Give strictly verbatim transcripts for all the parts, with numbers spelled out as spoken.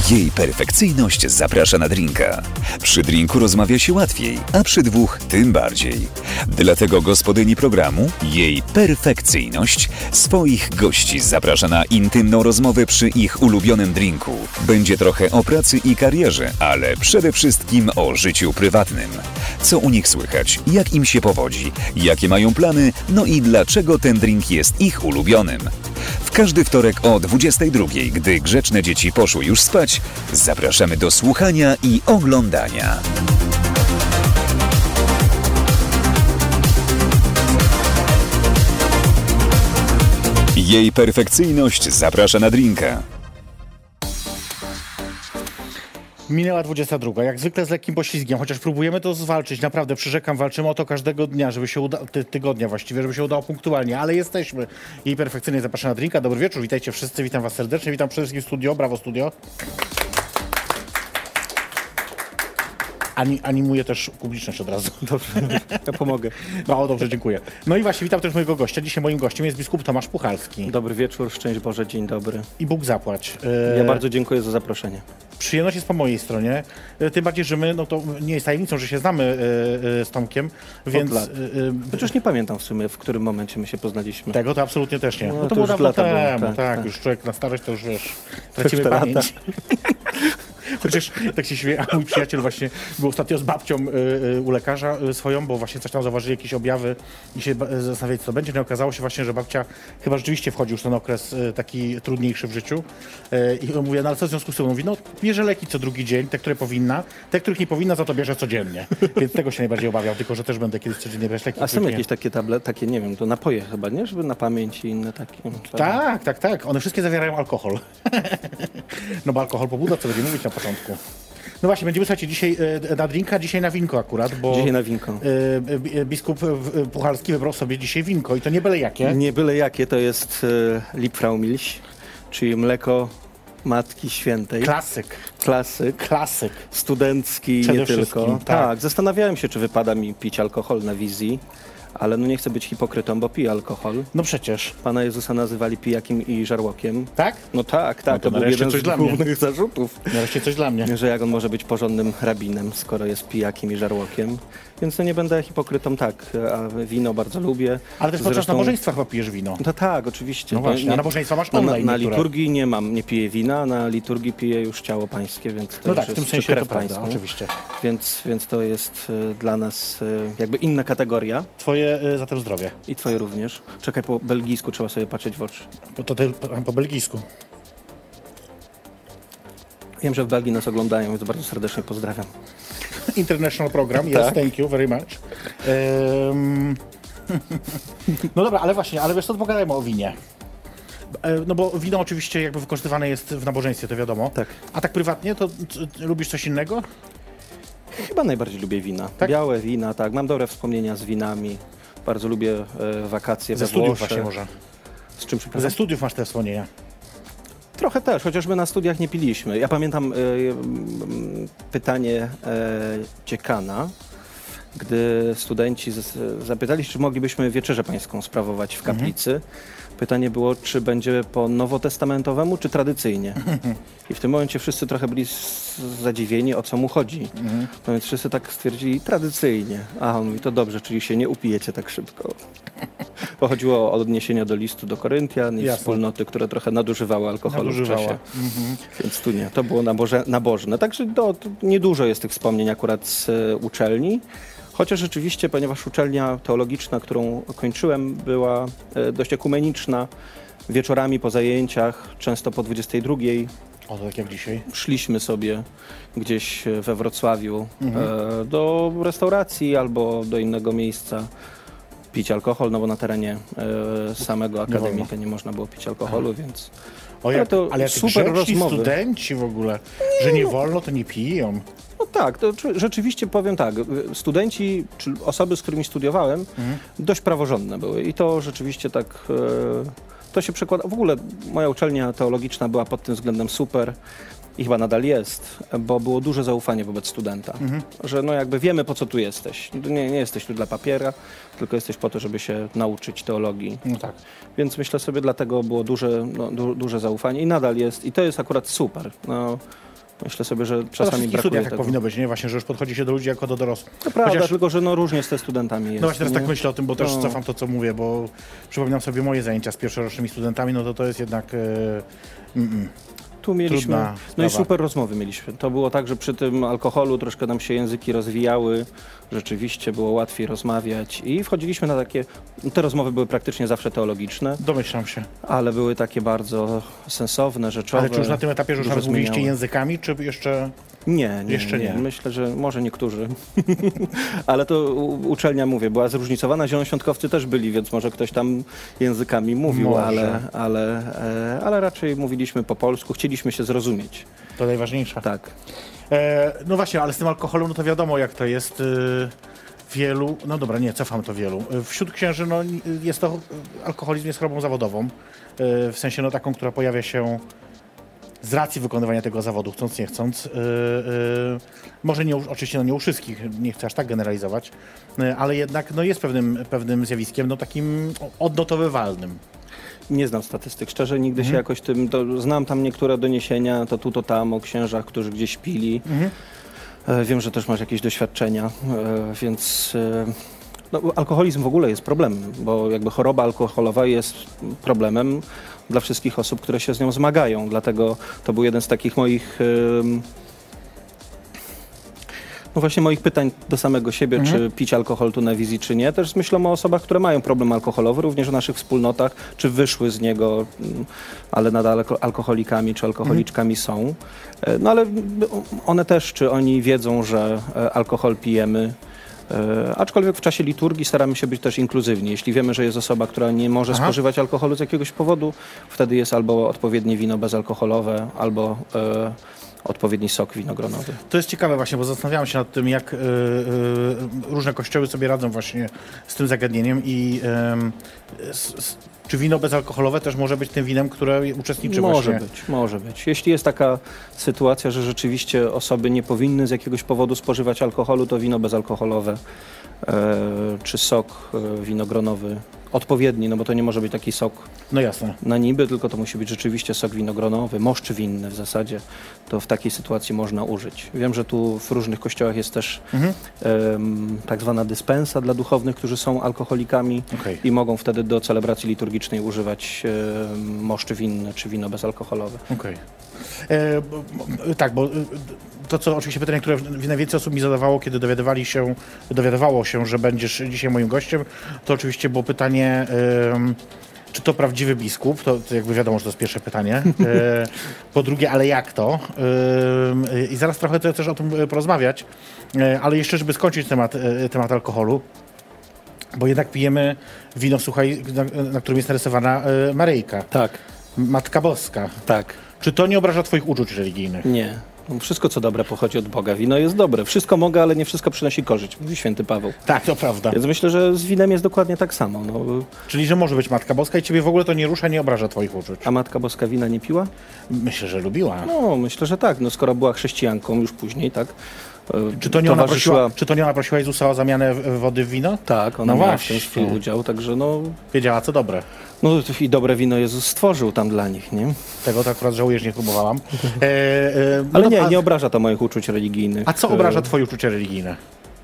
Jej perfekcyjność zaprasza na drinka. Przy drinku rozmawia się łatwiej, a przy dwóch tym bardziej. Dlatego gospodyni programu, jej perfekcyjność, swoich gości zaprasza na intymną rozmowę przy ich ulubionym drinku. Będzie trochę o pracy i karierze, ale przede wszystkim o życiu prywatnym. Co u nich słychać, jak im się powodzi, jakie mają plany, no i dlaczego ten drink jest ich ulubionym. W każdy wtorek o dwudziestej drugiej, gdy grzeczne dzieci poszły już spać, zapraszamy do słuchania i oglądania. Jej perfekcyjność zaprasza na drinka. Minęła dwudziesta druga. Jak zwykle z lekkim poślizgiem, chociaż próbujemy to zwalczyć. Naprawdę, przyrzekam, walczymy o to każdego dnia, żeby się uda... Ty, tygodnia właściwie, żeby się udało punktualnie, ale jesteśmy. Jej perfekcyjnie zapraszam na drinka. Dobry wieczór, witajcie wszyscy, witam was serdecznie, witam przede wszystkim studio, brawo studio. Ani, animuję też publiczność od razu. Dobrze, ja pomogę. No dobrze, dziękuję. No i właśnie, witam też mojego gościa. Dzisiaj moim gościem jest biskup Tomasz Puchalski. Dobry wieczór, szczęść Boże, dzień dobry. I Bóg zapłać. E... Ja bardzo dziękuję za zaproszenie. Przyjemność jest po mojej stronie, tym bardziej, że my, no to nie jest tajemnicą, że się znamy y, y, z Tomkiem, więc... Od lat. Y, y, Chociaż nie pamiętam w sumie, w którym momencie my się poznaliśmy. Tego to absolutnie też nie. No, no to to było dawno temu, było, tak, tak, tak, już człowiek na starość to już, wiesz, tracimy pamięć. Chociaż tak się śmieję, a mój przyjaciel właśnie był ostatnio z babcią y, y, u lekarza y, swoją, bo właśnie coś tam zauważyli, jakieś objawy i się y, zastanawiali, co to będzie. No i okazało się właśnie, że babcia chyba rzeczywiście wchodzi już ten okres y, taki trudniejszy w życiu. Y, I on mówi, no ale co w związku z tym? On mówi, no bierze leki co drugi dzień, te, które powinna, te, których nie powinna, za to bierze codziennie. Więc tego się najbardziej obawiał, tylko że też będę kiedyś codziennie brać leki. A są jakieś takie tablety, takie, nie wiem, to napoje chyba, nie? Żeby na pamięć i inne takie. Tak, tak, tak. One wszystkie zawierają alkohol. No bo alkohol pobudza, co będzie mówić na początku. No właśnie, będziemy, słuchajcie, dzisiaj e, na drinka, dzisiaj na winko akurat, bo dzisiaj na winko. E, e, biskup e, Puchalski wybrał sobie dzisiaj winko i to nie byle jakie. Nie byle jakie, to jest e, Liebfraumilch, czyli mleko Matki Świętej. Klasyk. Klasyk. Klasyk. Studencki, Przede nie tylko. Tak. tak, zastanawiałem się, czy wypada mi pić alkohol na wizji. Ale no nie chcę być hipokrytą, bo piję alkohol. No przecież. Pana Jezusa nazywali pijakiem i żarłokiem. Tak? No tak, tak. No to to był jeden coś z dla głównych mnie. zarzutów. Nareszcie coś dla mnie. Że jak on może być porządnym rabinem, skoro jest pijakiem i żarłokiem. Więc no nie będę hipokrytą, tak. A wino bardzo lubię. Ale też podczas nabożeństwa chyba pijesz wino. No tak, oczywiście. No właśnie, nie, a nabożeństwa masz na, online. na, na liturgii nie mam, nie piję wina, na liturgii piję już ciało pańskie, więc to no już tak, jest w tym sensie to prawda, pańską. oczywiście. Więc, więc to jest y, dla nas y, jakby inna kategoria. Twoje y, zatem zdrowie. I twoje również. Czekaj, po belgijsku trzeba sobie patrzeć w oczy. Bo to ty, po, po belgijsku. Wiem, że w Belgii nas oglądają, więc bardzo serdecznie pozdrawiam. International program, yes, tak. Thank you very much. Um, no dobra, ale właśnie, ale wiesz co, pogadajmy o winie. No bo wino oczywiście jakby wykorzystywane jest w nabożeństwie, to wiadomo. Tak. A tak prywatnie, to c- lubisz coś innego? Chyba najbardziej lubię wina. Tak? Białe wina, tak. Mam dobre wspomnienia z winami. Bardzo lubię e, wakacje Ze we studiów Włoszech. właśnie może. Z czym przepraszam? Ze studiów masz te wspomnienia. Trochę też, chociaż my na studiach nie piliśmy. Ja pamiętam e, e, pytanie e, dziekana, gdy studenci z, zapytali, czy moglibyśmy wieczerzę pańską sprawować w kaplicy. Mhm. Pytanie było, czy będzie po nowotestamentowemu, czy tradycyjnie. I w tym momencie wszyscy trochę byli zadziwieni, o co mu chodzi. Mhm. No więc wszyscy tak stwierdzili, tradycyjnie. A on mówi, to dobrze, czyli się nie upijecie tak szybko. Bo chodziło o odniesienia do listu do Koryntian i Jasne. Wspólnoty, które trochę nadużywały alkoholu Nadużywała. w czasie. Mhm. Więc tu nie, to było naboże, nabożne. Także no, niedużo jest tych wspomnień akurat z e, uczelni. Chociaż rzeczywiście, ponieważ uczelnia teologiczna, którą kończyłem, była e, dość ekumeniczna, wieczorami po zajęciach, często po dwudziestej drugiej, O, to tak jak dzisiaj. szliśmy sobie gdzieś we Wrocławiu Mhm. e, do restauracji albo do innego miejsca pić alkohol, no bo na terenie e, samego akademika nie, nie można było pić alkoholu, Aha. więc... O, jak, to ale jak super rozmowy. Studenci w ogóle, że nie wolno, to nie piją. No tak, to rzeczywiście powiem tak, studenci, czy osoby, z którymi studiowałem, mhm. dość praworządne były i to rzeczywiście tak, e, to się przekłada, w ogóle moja uczelnia teologiczna była pod tym względem super i chyba nadal jest, bo było duże zaufanie wobec studenta, mhm. że no jakby wiemy, po co tu jesteś, nie, nie jesteś tu dla papiera, tylko jesteś po to, żeby się nauczyć teologii. No tak. Więc myślę sobie, dlatego było duże, no, du, duże zaufanie i nadal jest i to jest akurat super. No, Myślę sobie, że Na czasami wszystkich brakuje studiach tak tego. powinno być, nie? Właśnie, że już podchodzi się do ludzi jako do dorosłych. To prawda, Chociaż- tylko że no różnie z te studentami jest. No właśnie teraz nie? tak myślę o tym, bo też No. cofam to, co mówię, bo przypominam sobie moje zajęcia z pierwszorocznymi studentami, no to to jest jednak... E, mm, mm. Tu mieliśmy, Trudna no i sprawa. super rozmowy mieliśmy. To było tak, że przy tym alkoholu troszkę nam się języki rozwijały, rzeczywiście było łatwiej rozmawiać i wchodziliśmy na takie, te rozmowy były praktycznie zawsze teologiczne, Domyślam się. ale były takie bardzo sensowne, rzeczowe. Ale czy już na tym etapie, że już dużo nawet mówiliście zmieniały. językami, czy jeszcze... Nie, nie, Jeszcze nie. nie. Myślę, że może niektórzy. Ale to u- uczelnia, mówię, była zróżnicowana. Zielonoświątkowcy też byli, więc może ktoś tam językami mówił, Może. ale, ale, e, ale raczej mówiliśmy po polsku. Chcieliśmy się zrozumieć. To najważniejsze. Tak. E, no właśnie, ale z tym alkoholem, no to wiadomo jak to jest. Y, wielu, no dobra, nie, cofam to wielu. Y, Wśród księży, no ni- jest to, y, alkoholizm jest chorobą zawodową. Y, w sensie, no taką, która pojawia się z racji wykonywania tego zawodu, chcąc, nie chcąc. Y, y, może nie, u- oczywiście no nie u wszystkich, nie chcę aż tak generalizować, y, ale jednak no jest pewnym, pewnym zjawiskiem, no takim odnotowywalnym. Nie znam statystyk. Szczerze nigdy Mhm. się jakoś tym... To znam tam niektóre doniesienia, to tu, to tam, o księżach, którzy gdzieś pili. Mhm. E, Wiem, że też masz jakieś doświadczenia, e, więc... e, No, alkoholizm w ogóle jest problemem, bo jakby choroba alkoholowa jest problemem dla wszystkich osób, które się z nią zmagają. Dlatego to był jeden z takich moich... em, No właśnie moich pytań do samego siebie, Mhm. czy pić alkohol tu na wizji, czy nie. Też z myślą o osobach, które mają problem alkoholowy, również o naszych wspólnotach, czy wyszły z niego, mm, ale nadal alko- alkoholikami, czy alkoholiczkami są. E, No ale mm, one też, czy oni wiedzą, że e, alkohol pijemy. E, Aczkolwiek w czasie liturgii staramy się być też inkluzywni. Jeśli wiemy, że jest osoba, która nie może Aha. spożywać alkoholu z jakiegoś powodu, wtedy jest albo odpowiednie wino bezalkoholowe, albo e, odpowiedni sok winogronowy. To jest ciekawe właśnie, bo zastanawiałem się nad tym, jak y, y, różne kościoły sobie radzą właśnie z tym zagadnieniem i y, s, s, czy wino bezalkoholowe też może być tym winem, które uczestniczy Może właśnie. być, może być. Jeśli jest taka sytuacja, że rzeczywiście osoby nie powinny z jakiegoś powodu spożywać alkoholu, to wino bezalkoholowe e, czy sok e, winogronowy odpowiedni, no bo to nie może być taki sok No jasne. na niby, tylko to musi być rzeczywiście sok winogronowy, moszcz winny w zasadzie, to w takiej sytuacji można użyć. Wiem, że tu w różnych kościołach jest też Mhm. em, tak zwana dyspensa dla duchownych, którzy są alkoholikami Okej. i mogą wtedy do celebracji liturgicznej używać em, moszcz winny czy wino bezalkoholowe. Okej. E, bo- bo- Tak, bo y, to, co oczywiście pytanie, które najwięcej osób mi zadawało, kiedy dowiadywali się, dowiadywało się, że będziesz dzisiaj moim gościem, to oczywiście było pytanie, ym, czy to prawdziwy biskup? To, to jakby wiadomo, że to jest pierwsze pytanie. E, po drugie, ale jak to? Ym, y, I zaraz trochę też o tym y, porozmawiać, E, ale jeszcze, żeby skończyć temat, y, temat alkoholu, bo jednak pijemy wino, słuchaj, na, na którym jest narysowana y, Maryjka, Tak, Matka Boska. tak. Czy to nie obraża twoich uczuć religijnych? Nie. No, wszystko, co dobre, pochodzi od Boga. Wino jest dobre. Wszystko mogę, ale nie wszystko przynosi korzyść, mówi święty Paweł. Tak, to prawda. Więc myślę, że z winem jest dokładnie tak samo. No, Czyli, że może być Matka Boska i ciebie w ogóle to nie rusza, nie obraża twoich uczuć. a Matka Boska wina nie piła? Myślę, że lubiła. No, myślę, że tak. No, skoro była chrześcijanką już później, tak? e, Czy to, nie ona towarzyszyła- prosiła, czy to nie ona prosiła Jezusa o zamianę w- wody w wino? Tak, ona No miała w właśnie. tym swój udział, także no, Wiedziała, co dobre. no i dobre wino Jezus stworzył tam dla nich, nie? Tego to akurat żałuję, że nie próbowałam. E, e, no Ale to- nie, a, nie obraża to moich uczuć religijnych. a co E, obraża twoje uczucie religijne?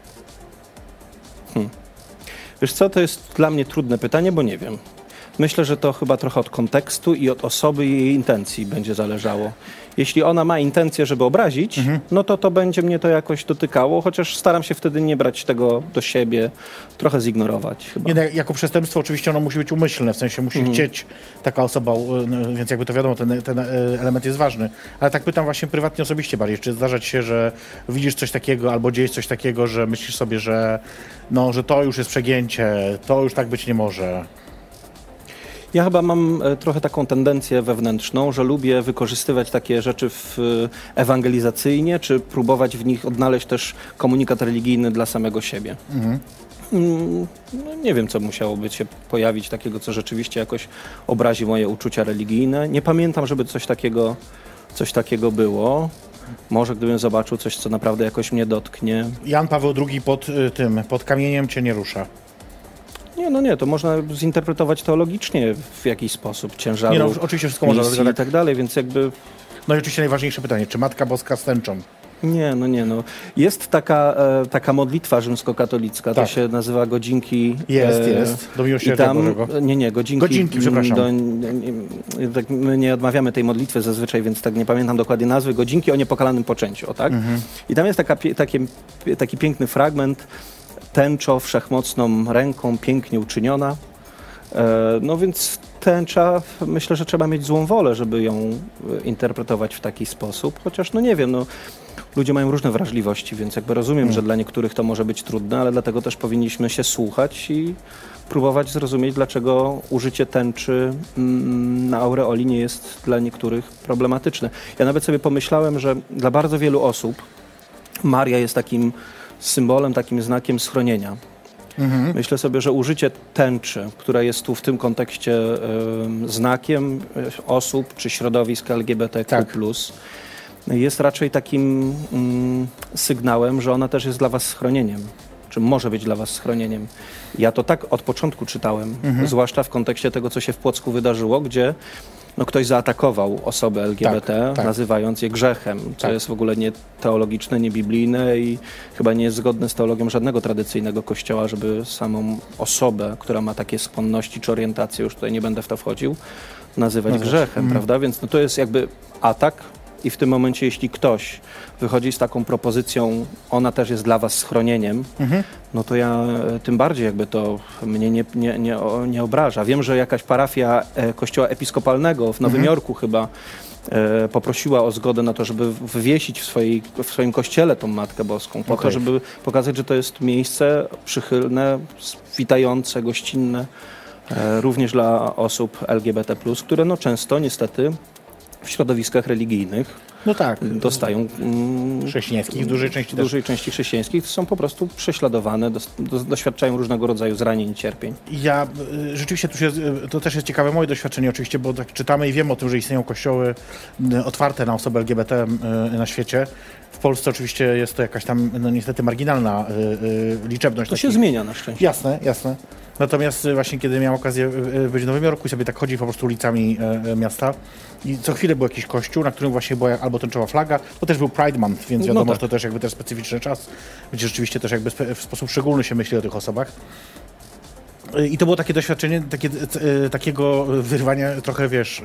Wiesz co, to jest dla mnie trudne pytanie, bo nie wiem. Myślę, że to chyba trochę od kontekstu i od osoby i jej intencji będzie zależało. Jeśli ona ma intencję, żeby obrazić, Mhm. no to to będzie mnie to jakoś dotykało, chociaż staram się wtedy nie brać tego do siebie, trochę zignorować chyba. Nie, no, jako przestępstwo oczywiście ono musi być umyślne, w sensie musi Mhm. chcieć taka osoba, e, no, więc jakby to wiadomo, ten, ten e, element jest ważny. Ale tak pytam właśnie prywatnie, osobiście bardziej, czy zdarza ci się, że widzisz coś takiego albo dzieje coś takiego, że myślisz sobie, że, no, że to już jest przegięcie, to już tak być nie może. Ja chyba mam e, trochę taką tendencję wewnętrzną, że lubię wykorzystywać takie rzeczy w, e, ewangelizacyjnie, czy próbować w nich odnaleźć też komunikat religijny dla samego siebie. Mhm. Mm, No, nie wiem, co musiałoby się pojawić takiego, co rzeczywiście jakoś obrazi moje uczucia religijne. Nie pamiętam, żeby coś takiego, coś takiego było. Może gdybym zobaczył coś, co naprawdę jakoś mnie dotknie. Jan Paweł drugi pod y, tym, pod kamieniem cię nie rusza. Nie, no nie, to można zinterpretować teologicznie w jakiś sposób, ciężaru Nie no, oczywiście wszystko można, misji dlatego i tak, tak dalej, więc jakby No i oczywiście najważniejsze pytanie, czy Matka Boska z tęczą? Nie, no nie, no. Jest taka, e, taka modlitwa rzymskokatolicka, Tak. to się nazywa godzinki. Jest, e, jest, do miłosierdzia i tam, Bożego. Nie, nie, godzinki. Godzinki, przepraszam. Do, nie, nie, tak my nie odmawiamy tej modlitwy zazwyczaj, więc tak nie pamiętam dokładnie nazwy. Godzinki o niepokalanym poczęciu, o tak? Mhm. I tam jest taka, takie, taki piękny fragment. Tęczo wszechmocną ręką pięknie uczyniona. E, no więc tęcza, myślę, że trzeba mieć złą wolę, żeby ją interpretować w taki sposób, chociaż no nie wiem, no ludzie mają różne wrażliwości, więc jakby rozumiem, mm. że dla niektórych to może być trudne, ale dlatego też powinniśmy się słuchać i próbować zrozumieć, dlaczego użycie tęczy mm, na aureoli nie jest dla niektórych problematyczne. Ja nawet sobie pomyślałem, że dla bardzo wielu osób Maria jest takim symbolem, takim znakiem schronienia. Mhm. Myślę sobie, że użycie tęczy, która jest tu w tym kontekście y, znakiem osób czy środowisk L G B T Q plus, tak. jest raczej takim y, sygnałem, że ona też jest dla was schronieniem, czy może być dla was schronieniem. Ja to tak od początku czytałem, mhm. zwłaszcza w kontekście tego, co się w Płocku wydarzyło, gdzie no, ktoś zaatakował osobę L G B T, tak, tak. nazywając je grzechem, co tak. jest w ogóle nie teologiczne, nie biblijne i chyba nie jest zgodne z teologią żadnego tradycyjnego kościoła, żeby samą osobę, która ma takie skłonności czy orientacje, już tutaj nie będę w to wchodził, nazywać no grzechem, mm. prawda? Więc no, to jest jakby atak i w tym momencie, jeśli ktoś wychodzi z taką propozycją, ona też jest dla was schronieniem, mhm. no to ja tym bardziej jakby to mnie nie, nie, nie, nie obraża. Wiem, że jakaś parafia e, kościoła episkopalnego w Nowym mhm. Jorku chyba e, poprosiła o zgodę na to, żeby wywiesić w, swojej, w swoim kościele tą Matkę Boską, po okay. to, żeby pokazać, że to jest miejsce przychylne, witające, gościnne, e, również dla osób L G B T plus, które no często niestety w środowiskach religijnych no tak. dostają mm, chrześcijańskich, w dużej części, w dużej części chrześcijańskich są po prostu prześladowane, do, do, doświadczają różnego rodzaju zranień i cierpień. Ja y, rzeczywiście tu się, to też jest ciekawe moje doświadczenie oczywiście, bo tak czytamy i wiemy o tym, że istnieją kościoły y, otwarte na osoby L G B T y, na świecie. W Polsce oczywiście jest to jakaś tam no niestety marginalna y, y, liczebność. To takich... się zmienia na szczęście. Jasne, jasne. Natomiast właśnie kiedy miałem okazję być w Nowym Jorku i sobie tak chodzić po prostu ulicami e, miasta i co chwilę był jakiś kościół, na którym właśnie była albo tęczowa flaga, to też był Pride Month, więc wiadomo, no tak. że to też jakby też specyficzny czas, gdzie rzeczywiście też jakby w sposób szczególny się myśli o tych osobach. I to było takie doświadczenie, takie, takiego wyrwania trochę, wiesz,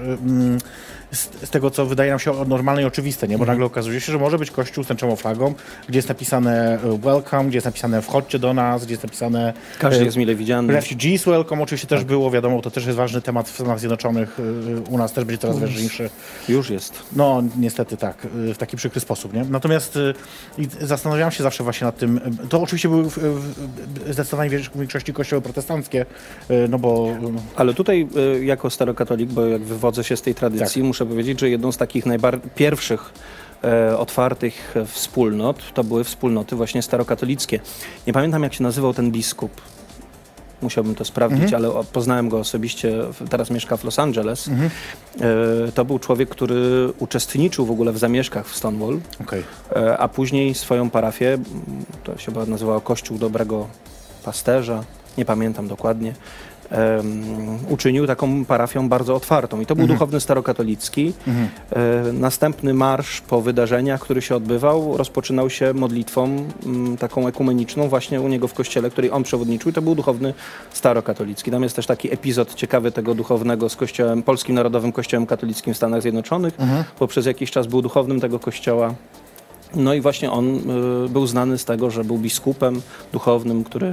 z, z tego, co wydaje nam się normalne i oczywiste, nie? Bo mm. nagle okazuje się, że może być kościół z tęczową flagą, gdzie jest napisane welcome, gdzie jest napisane wchodźcie do nas, gdzie jest napisane każdy jest mile widziany. Refugees welcome, oczywiście też tak. było, wiadomo, to też jest ważny temat w Stanach Zjednoczonych, u nas też będzie coraz ważniejszy. Już jest. No, niestety tak, w taki przykry sposób, nie? Natomiast zastanawiałem się zawsze właśnie nad tym, to oczywiście były zdecydowanie w większości kościoły protestanckie, no bo... Ale tutaj jako starokatolik, bo jak wywodzę się z tej tradycji, tak. muszę powiedzieć, że jedną z takich najbar- pierwszych e, otwartych wspólnot to były wspólnoty właśnie starokatolickie. Nie pamiętam, jak się nazywał ten biskup. Musiałbym to sprawdzić, mhm. ale poznałem go osobiście, teraz mieszka w Los Angeles. Mhm. E, to był człowiek, który uczestniczył w ogóle w zamieszkach w Stonewall, okay. e, a później swoją parafię, to się chyba nazywało Kościół Dobrego Pasterza, nie pamiętam dokładnie, um, uczynił taką parafią bardzo otwartą. I to był mhm. duchowny starokatolicki. Mhm. E, następny marsz po wydarzeniach, który się odbywał, rozpoczynał się modlitwą m, taką ekumeniczną właśnie u niego w kościele, której on przewodniczył. I to był duchowny starokatolicki. Tam jest też taki epizod ciekawy tego duchownego z kościołem, Polskim Narodowym Kościołem Katolickim w Stanach Zjednoczonych, mhm. bo przez jakiś czas był duchownym tego kościoła. No i właśnie on y, był znany z tego, że był biskupem duchownym, który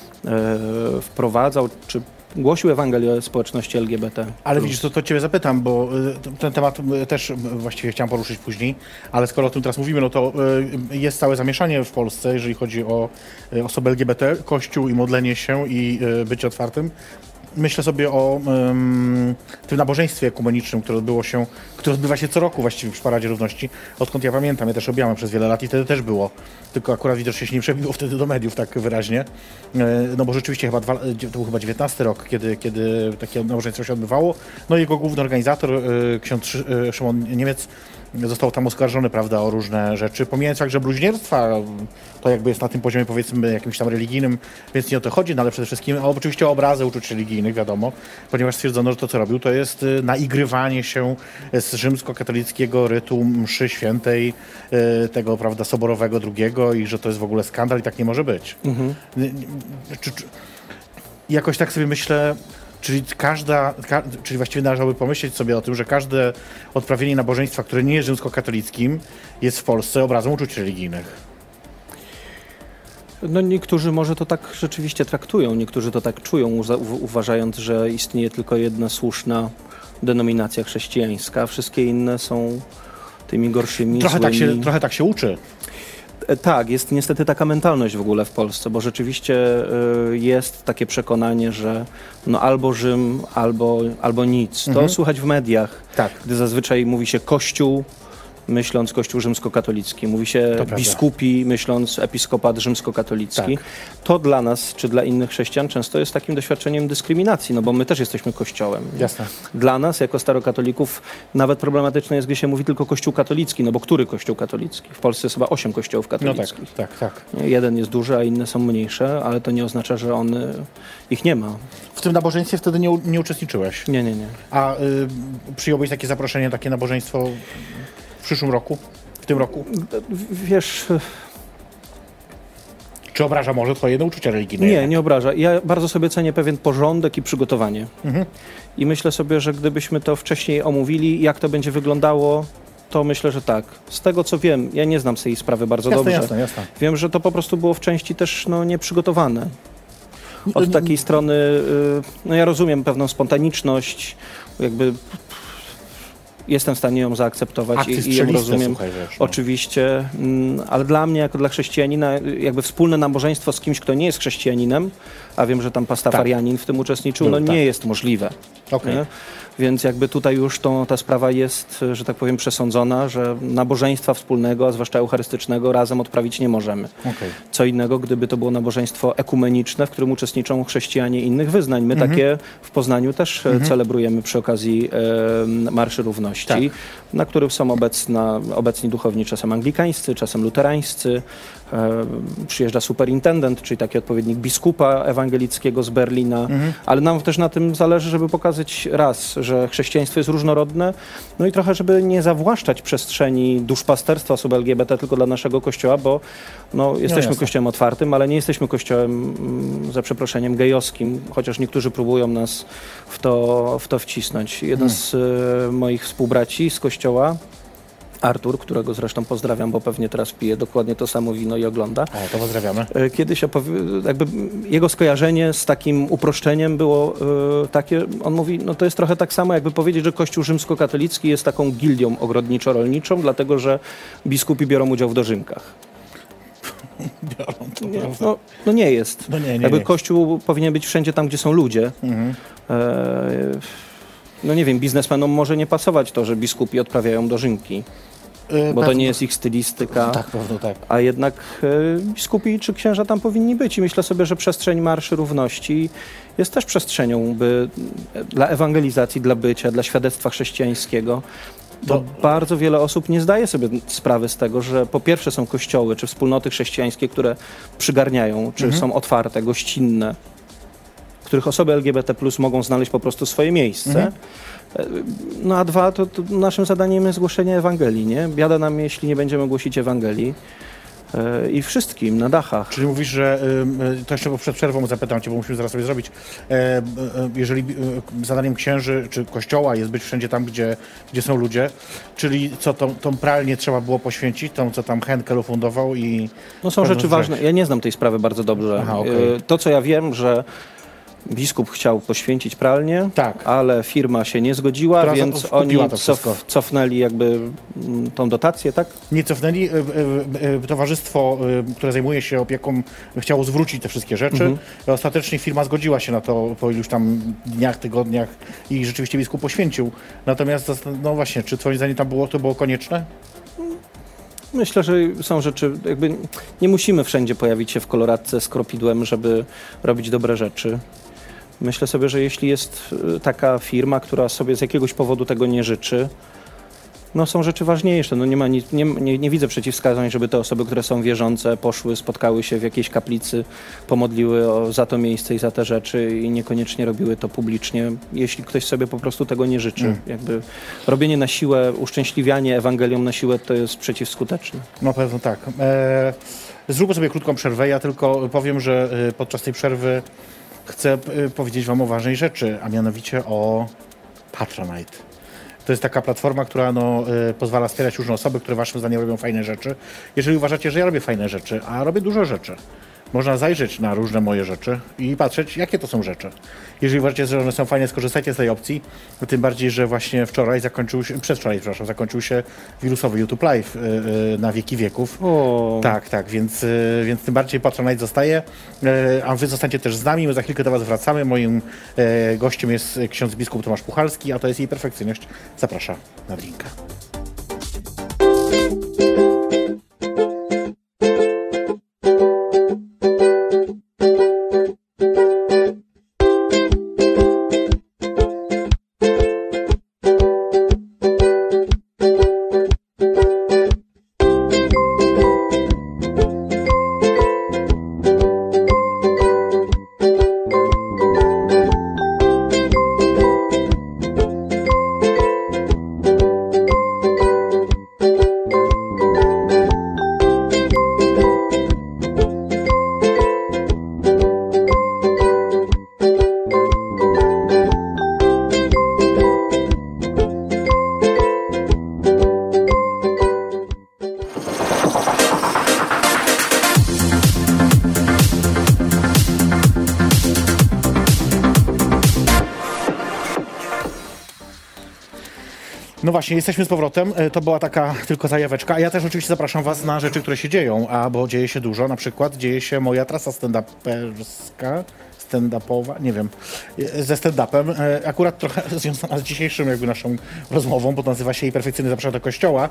y, wprowadzał, czy głosił Ewangelię o społeczności L G B T. Ale widzisz, to, to ciebie zapytam, bo ten temat też właściwie chciałem poruszyć później, ale skoro o tym teraz mówimy, no to y, jest całe zamieszanie w Polsce, jeżeli chodzi o y, osoby L G B T, Kościół i modlenie się i y, bycie otwartym. Myślę sobie o um, tym nabożeństwie ekumenicznym, które odbyło się, które odbywa się co roku właściwie przy Paradzie Równości. Odkąd ja pamiętam, ja też robiłem przez wiele lat i wtedy też było. Tylko akurat widocznie się nie przebiło wtedy do mediów tak wyraźnie. No bo rzeczywiście chyba dwa, to był chyba dziewiętnasty rok, kiedy, kiedy takie nabożeństwo się odbywało. No i jego główny organizator, ksiądz Szymon Niemiec, został tam oskarżony, prawda, o różne rzeczy. Pomijając fakt, że bluźnierstwa to jakby jest na tym poziomie, powiedzmy, jakimś tam religijnym, więc nie o to chodzi, no ale przede wszystkim o, oczywiście o obrazy uczuć religijnych, wiadomo, ponieważ stwierdzono, że to, co robił, to jest naigrywanie się z rzymskokatolickiego rytu mszy świętej, tego, prawda, soborowego drugiego i że to jest w ogóle skandal i tak nie może być. Mhm. Czy, czy, jakoś tak sobie myślę, czyli każda, ka, czyli właściwie należałoby pomyśleć sobie o tym, że każde odprawienie nabożeństwa, które nie jest rzymskokatolickim, jest w Polsce obrazem uczuć religijnych. No niektórzy może to tak rzeczywiście traktują, niektórzy to tak czują, uważając, że istnieje tylko jedna słuszna denominacja chrześcijańska, a wszystkie inne są tymi gorszymi, trochę złymi. Tak się, trochę tak się uczy. Tak, jest niestety taka mentalność w ogóle w Polsce, bo rzeczywiście jest takie przekonanie, że no albo Rzym, albo, albo nic. To mhm. słychać w mediach, tak. Gdy zazwyczaj mówi się Kościół, myśląc Kościół rzymskokatolicki. Mówi się to biskupi, prawda. Myśląc episkopat rzymskokatolicki. Tak. To dla nas, czy dla innych chrześcijan często jest takim doświadczeniem dyskryminacji, no bo my też jesteśmy Kościołem. Jasne. Dla nas, jako starokatolików, nawet problematyczne jest, gdy się mówi tylko Kościół katolicki, no bo który Kościół katolicki? W Polsce jest chyba osiem kościołów katolickich. No tak, tak, tak. Jeden jest duży, a inne są mniejsze, ale to nie oznacza, że on, ich nie ma. W tym nabożeństwie wtedy nie, nie uczestniczyłeś? Nie, nie, nie. A y, przyjąłbyś takie zaproszenie, takie nabożeństwo w przyszłym roku? W tym roku? Wiesz... Czy obraża może twoje uczucia religijne? Nie, jednak? Nie obraża. Ja bardzo sobie cenię pewien porządek i przygotowanie. Mhm. I myślę sobie, że gdybyśmy to wcześniej omówili, jak to będzie wyglądało, to myślę, że tak. Z tego co wiem, ja nie znam tej sprawy bardzo jasne, dobrze. Jasne, jasne. Wiem, że to po prostu było w części też no, nieprzygotowane. Od takiej strony, no ja rozumiem pewną spontaniczność, jakby... Jestem w stanie ją zaakceptować i, i ją rozumiem. Słuchaj, wiesz, no. Oczywiście, mm, ale dla mnie, jako dla chrześcijanina, jakby wspólne nabożeństwo z kimś, kto nie jest chrześcijaninem, a wiem, że tam pastafarianin tak. w tym uczestniczył, no, no tak. nie jest możliwe. Okay. Więc jakby tutaj już to, ta sprawa jest, że tak powiem, przesądzona, że nabożeństwa wspólnego, a zwłaszcza eucharystycznego, razem odprawić nie możemy. Okay. Co innego, gdyby to było nabożeństwo ekumeniczne, w którym uczestniczą chrześcijanie innych wyznań. My mm-hmm. takie w Poznaniu też mm-hmm. celebrujemy przy okazji e, Marszy Równości, tak. na których są obecna, obecni duchowni czasem anglikańscy, czasem luterańscy. E, przyjeżdża superintendent, czyli taki odpowiednik biskupa ewangelickiego z Berlina, mhm. ale nam też na tym zależy, żeby pokazać raz, że chrześcijaństwo jest różnorodne, no i trochę, żeby nie zawłaszczać przestrzeni duszpasterstwa osób L G B T tylko dla naszego kościoła, bo no, jesteśmy no kościołem otwartym, ale nie jesteśmy kościołem, za przeproszeniem, gejowskim, chociaż niektórzy próbują nas w to, w to wcisnąć. Jeden hmm. z e, moich współbraci z kościoła, Artur, którego zresztą pozdrawiam, bo pewnie teraz pije dokładnie to samo wino i ogląda. O, to pozdrawiamy. Kiedyś opowi- jakby jego skojarzenie z takim uproszczeniem było y, takie, on mówi, no to jest trochę tak samo, jakby powiedzieć, że Kościół rzymskokatolicki jest taką gildią ogrodniczo-rolniczą, dlatego że biskupi biorą udział w dożynkach. Biorą to nie, no, no nie jest. No nie, nie, jakby nie. Kościół powinien być wszędzie tam, gdzie są ludzie. Mhm. E- No nie wiem, biznesmenom może nie pasować to, że biskupi odprawiają dożynki, yy, bo to nie jest ich stylistyka, tak, pewno, tak. a jednak y, biskupi czy księża tam powinni być i myślę sobie, że przestrzeń Marszy Równości jest też przestrzenią by, dla ewangelizacji, dla bycia, dla świadectwa chrześcijańskiego. Bo to... bardzo wiele osób nie zdaje sobie sprawy z tego, że po pierwsze są kościoły czy wspólnoty chrześcijańskie, które przygarniają, czy mhm. są otwarte, gościnne, w których osoby L G B T plus mogą znaleźć po prostu swoje miejsce. Mhm. No a dwa, to, to naszym zadaniem jest głoszenie Ewangelii, nie? Biada nam, jeśli nie będziemy głosić Ewangelii. Yy, I wszystkim, na dachach. Czyli mówisz, że, yy, to jeszcze przed przerwą zapytam cię, bo musimy zaraz sobie zrobić, yy, yy, jeżeli yy, zadaniem księży czy kościoła jest być wszędzie tam, gdzie, gdzie są ludzie, czyli co, tą, tą pralnię trzeba było poświęcić, tą, co tam Henkel ufundował i... No są rzeczy ważne, ja nie znam tej sprawy bardzo dobrze. Aha, okay. yy, to, co ja wiem, że biskup chciał poświęcić pralnię, tak. ale firma się nie zgodziła, Która więc oni cof, cofnęli jakby tą dotację, tak? Nie cofnęli. Towarzystwo, które zajmuje się opieką, chciało zwrócić te wszystkie rzeczy. Mhm. Ostatecznie firma zgodziła się na to po iluś tam dniach, tygodniach i rzeczywiście biskup poświęcił. Natomiast, no właśnie, czy twoim zdaniem tam było, to było konieczne? Myślę, że są rzeczy, jakby nie musimy wszędzie pojawić się w koloradce z kropidłem, żeby robić dobre rzeczy. Myślę sobie, że jeśli jest taka firma, która sobie z jakiegoś powodu tego nie życzy, No są rzeczy ważniejsze, no nie ma nic, nie, nie, nie widzę przeciwwskazań, żeby te osoby, które są wierzące, poszły, spotkały się w jakiejś kaplicy, pomodliły o, za to miejsce i za te rzeczy i niekoniecznie robiły to publicznie, jeśli ktoś sobie po prostu tego nie życzy. Mm. Jakby robienie na siłę, uszczęśliwianie Ewangelią na siłę to jest przeciwskuteczne. Na pewno tak. E, zróbmy sobie krótką przerwę, ja tylko powiem, że podczas tej przerwy chcę powiedzieć wam o ważnej rzeczy, a mianowicie o Patronite. To jest taka platforma, która no, y, pozwala wspierać różne osoby, które waszym zdaniem robią fajne rzeczy. Jeżeli uważacie, że ja robię fajne rzeczy, a robię dużo rzeczy, można zajrzeć na różne moje rzeczy i patrzeć, jakie to są rzeczy. Jeżeli uważacie, że one są fajne, skorzystajcie z tej opcji. Tym bardziej, że właśnie wczoraj zakończył się, przedwczoraj, przepraszam, zakończył się wirusowy YouTube Live y, y, na wieki wieków. O. Tak, tak, więc, y, więc tym bardziej Patronite zostaje. Y, a wy zostańcie też z nami, my za chwilkę do was wracamy. Moim y, gościem jest ksiądz biskup Tomasz Puchalski, a to jest jej perfekcyjność. Zapraszam na drinka. No właśnie, jesteśmy z powrotem. To była taka tylko zajaweczka. A ja też oczywiście zapraszam was na rzeczy, które się dzieją, a bo dzieje się dużo. Na przykład dzieje się moja trasa stand-uperska, stand-upowa, nie wiem, ze stand-upem. Akurat trochę związana z dzisiejszym jakby naszą rozmową, bo to nazywa się jej perfekcyjny zapraszam do kościoła.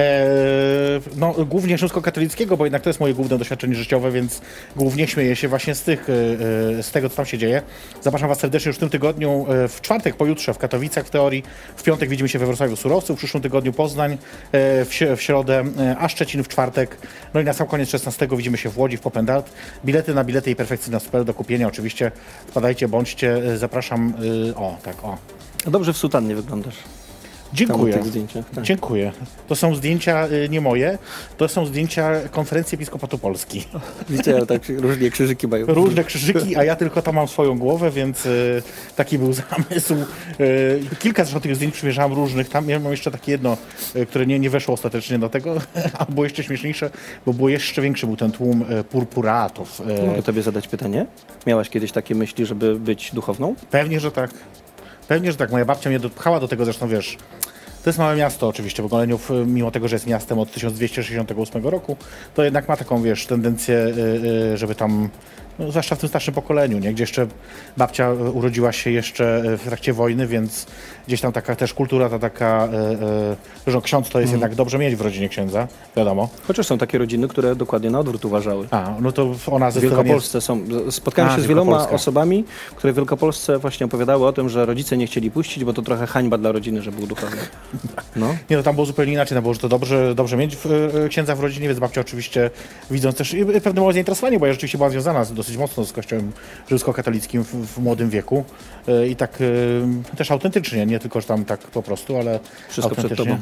No głównie rzymskokatolickiego, bo jednak to jest moje główne doświadczenie życiowe, więc głównie śmieję się właśnie z tych, z tego, co tam się dzieje. Zapraszam was serdecznie już w tym tygodniu, w czwartek, pojutrze w Katowicach w teorii, w piątek widzimy się we Wrocławiu Surowcu, w przyszłym tygodniu Poznań, w, w środę, a Szczecin w czwartek. No i na sam koniec szesnastego widzimy się w Łodzi, w Pop and Art. Bilety na bilety i perfekcyjna super do kupienia oczywiście. Wpadajcie, bądźcie, zapraszam. O, tak, o. Dobrze w sutannie wyglądasz. Dziękuję. Tam, zdjęciach, tak. Dziękuję. To są zdjęcia y, nie moje, to są zdjęcia Konferencji Episkopatu Polski. Widzicie, tak różnie krzyżyki mają. Różne krzyżyki, a ja tylko tam mam swoją głowę, więc y, taki był zamysł. Y, kilka zresztą tych zdjęć przymierzałem różnych. Tam ja mam jeszcze takie jedno, y, które nie, nie weszło ostatecznie do tego, a było jeszcze śmieszniejsze, bo było jeszcze większy był ten tłum y, purpuratów. Y. Mogę tobie zadać pytanie? Miałaś kiedyś takie myśli, żeby być duchowną? Pewnie, że tak. Pewnie, że tak. Moja babcia mnie dopchała do tego, zresztą wiesz, to jest małe miasto oczywiście, bo Goleniów, mimo tego, że jest miastem od tysiąc dwieście sześćdziesiątego ósmego roku, to jednak ma taką, wiesz, tendencję, żeby tam, no, zwłaszcza w tym starszym pokoleniu, nie? Gdzie jeszcze babcia urodziła się jeszcze w trakcie wojny, więc gdzieś tam taka też kultura, ta taka, yy, że ksiądz to jest mm. jednak dobrze mieć w rodzinie księdza, wiadomo. Chociaż są takie rodziny, które dokładnie na odwrót uważały. A, no to ona w Wielkopolsce są. Spotkałem A, się z wieloma osobami, które w Wielkopolsce właśnie opowiadały o tym, że rodzice nie chcieli puścić, bo to trochę hańba dla rodziny, że był duchowny. No. Nie, no tam było zupełnie inaczej, no było, że to dobrze, dobrze mieć w, księdza w rodzinie, więc babcia oczywiście, widząc też pewne moje zainteresowanie, bo ja rzeczywiście była związana z, dosyć mocno z kościołem rzymskokatolickim w, w młodym wieku i tak też autentycznie, nie tylko, że tam tak po prostu, ale wszystko przed tobą.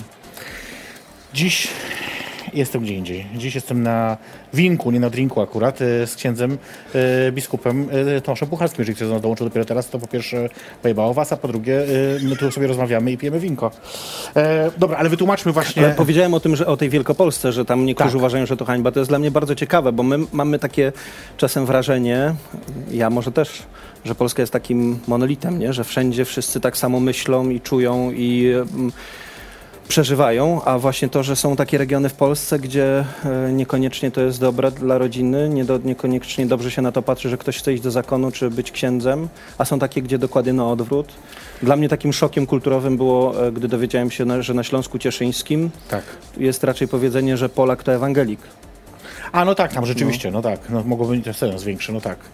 Dziś jestem gdzie indziej. Dziś jestem na winku, nie na drinku akurat, z księdzem e, biskupem e, Tomaszem Puchalskim. Jeżeli ktoś do nas dołączył dopiero teraz, to po pierwsze pojebało was, a po drugie e, my tu sobie rozmawiamy i pijemy winko. E, dobra, ale wytłumaczmy właśnie... Ale powiedziałem o tym, że o tej Wielkopolsce, że tam niektórzy tak. uważają, że to hańba. To jest dla mnie bardzo ciekawe, bo my mamy takie czasem wrażenie, ja może też, że Polska jest takim monolitem, nie? Że wszędzie wszyscy tak samo myślą i czują i mm, przeżywają, a właśnie to, że są takie regiony w Polsce, gdzie e, niekoniecznie to jest dobre dla rodziny, nie do, niekoniecznie dobrze się na to patrzy, że ktoś chce iść do zakonu czy być księdzem, a są takie, gdzie dokładnie na odwrót. Dla mnie takim szokiem kulturowym było, e, gdy dowiedziałem się, na, że na Śląsku Cieszyńskim tak. jest raczej powiedzenie, że Polak to ewangelik. A no tak, tam rzeczywiście, no, no tak, no, mogłoby być sens większy, no tak.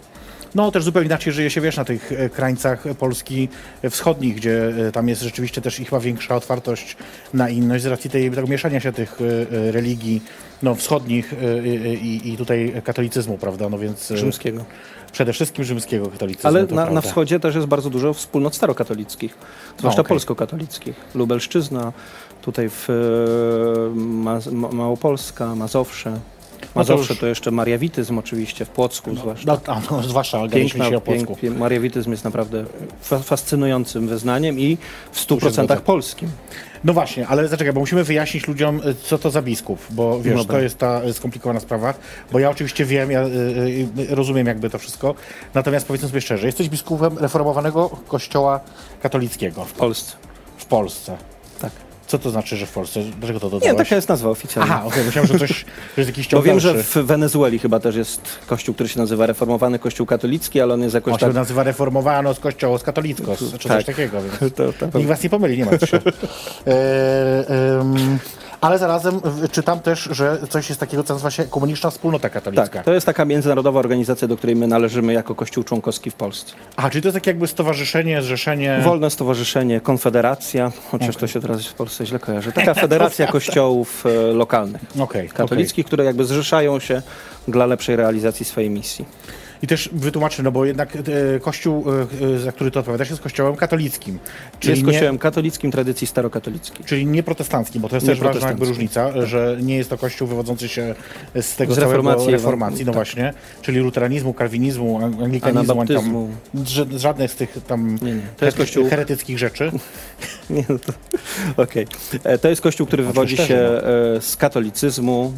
No też zupełnie inaczej żyje się, wiesz, na tych e, krańcach Polski wschodnich, gdzie e, tam jest rzeczywiście też i chyba większa otwartość na inność z racji tej, tego mieszania się tych e, religii no, wschodnich e, i, i tutaj katolicyzmu, prawda, no więc... E, Rzymskiego. Przede wszystkim rzymskiego katolicyzmu. Ale na, na wschodzie też jest bardzo dużo wspólnot starokatolickich, zwłaszcza no, okay. polskokatolickich. Lubelszczyzna, tutaj w e, Ma, Ma, Małopolska, Mazowsze. Mazowsze to jeszcze mariawityzm oczywiście w Płocku no, zwłaszcza. No, no, zwłaszcza, gadaliśmy się o Płocku. Pięk, mariawityzm jest naprawdę fa fascynującym wyznaniem i w stu procentach polskim. No właśnie, ale zaczekaj, bo musimy wyjaśnić ludziom, co to za biskup, bo wiesz, Dobra. to jest ta skomplikowana sprawa, bo ja oczywiście wiem, ja y, y, rozumiem jakby to wszystko, natomiast powiedzmy sobie szczerze, jesteś biskupem reformowanego kościoła katolickiego. W Polsce. W Polsce. Tak. Co to znaczy, że w Polsce? Dlaczego to dodałeś? Nie, taka jest nazwa oficjalna. Aha, okej, okay, myślałem, że coś, że jest jakiś ciąg Bo wiem, dalszy. że w Wenezueli chyba też jest kościół, który się nazywa Reformowany Kościół Katolicki, ale on jest jakoś On tak... się nazywa Reformowano z Kościoła z Katolicko, czy tak. coś takiego, więc to, to, to... nikt was nie pomyli, nie martw się. e, um, ale zarazem czytam też, że coś jest takiego, co nazywa się Komuniczna Wspólnota Katolicka. Tak, to jest taka międzynarodowa organizacja, do której my należymy jako Kościół członkowski w Polsce. A, czyli to jest takie jakby stowarzyszenie, zrzeszenie... Wolne stowarzyszenie, konfederacja, chociaż okay. to się teraz w Polsce źle kojarzy. Taka federacja kościołów e, lokalnych, okay, katolickich, okay. które jakby zrzeszają się dla lepszej realizacji swojej misji. I też wytłumaczę, no bo jednak e, kościół, e, za który to odpowiadasz, jest kościołem katolickim. Czyli jest kościołem nie, katolickim tradycji starokatolickiej. Czyli nie protestanckim, bo to jest nie też ważna jakby różnica, tak. że nie jest to kościół wywodzący się z tego z całego reformacji, reformacji, no tak. właśnie, czyli luteranizmu, kalwinizmu, anglikanizmu, anabaptyzmu. Tam, żadnych z tych tam nie, nie. To jest kościół... heretyckich rzeczy. nie, no to... Okej. Okay. To jest kościół, który wywodzi się no. z katolicyzmu.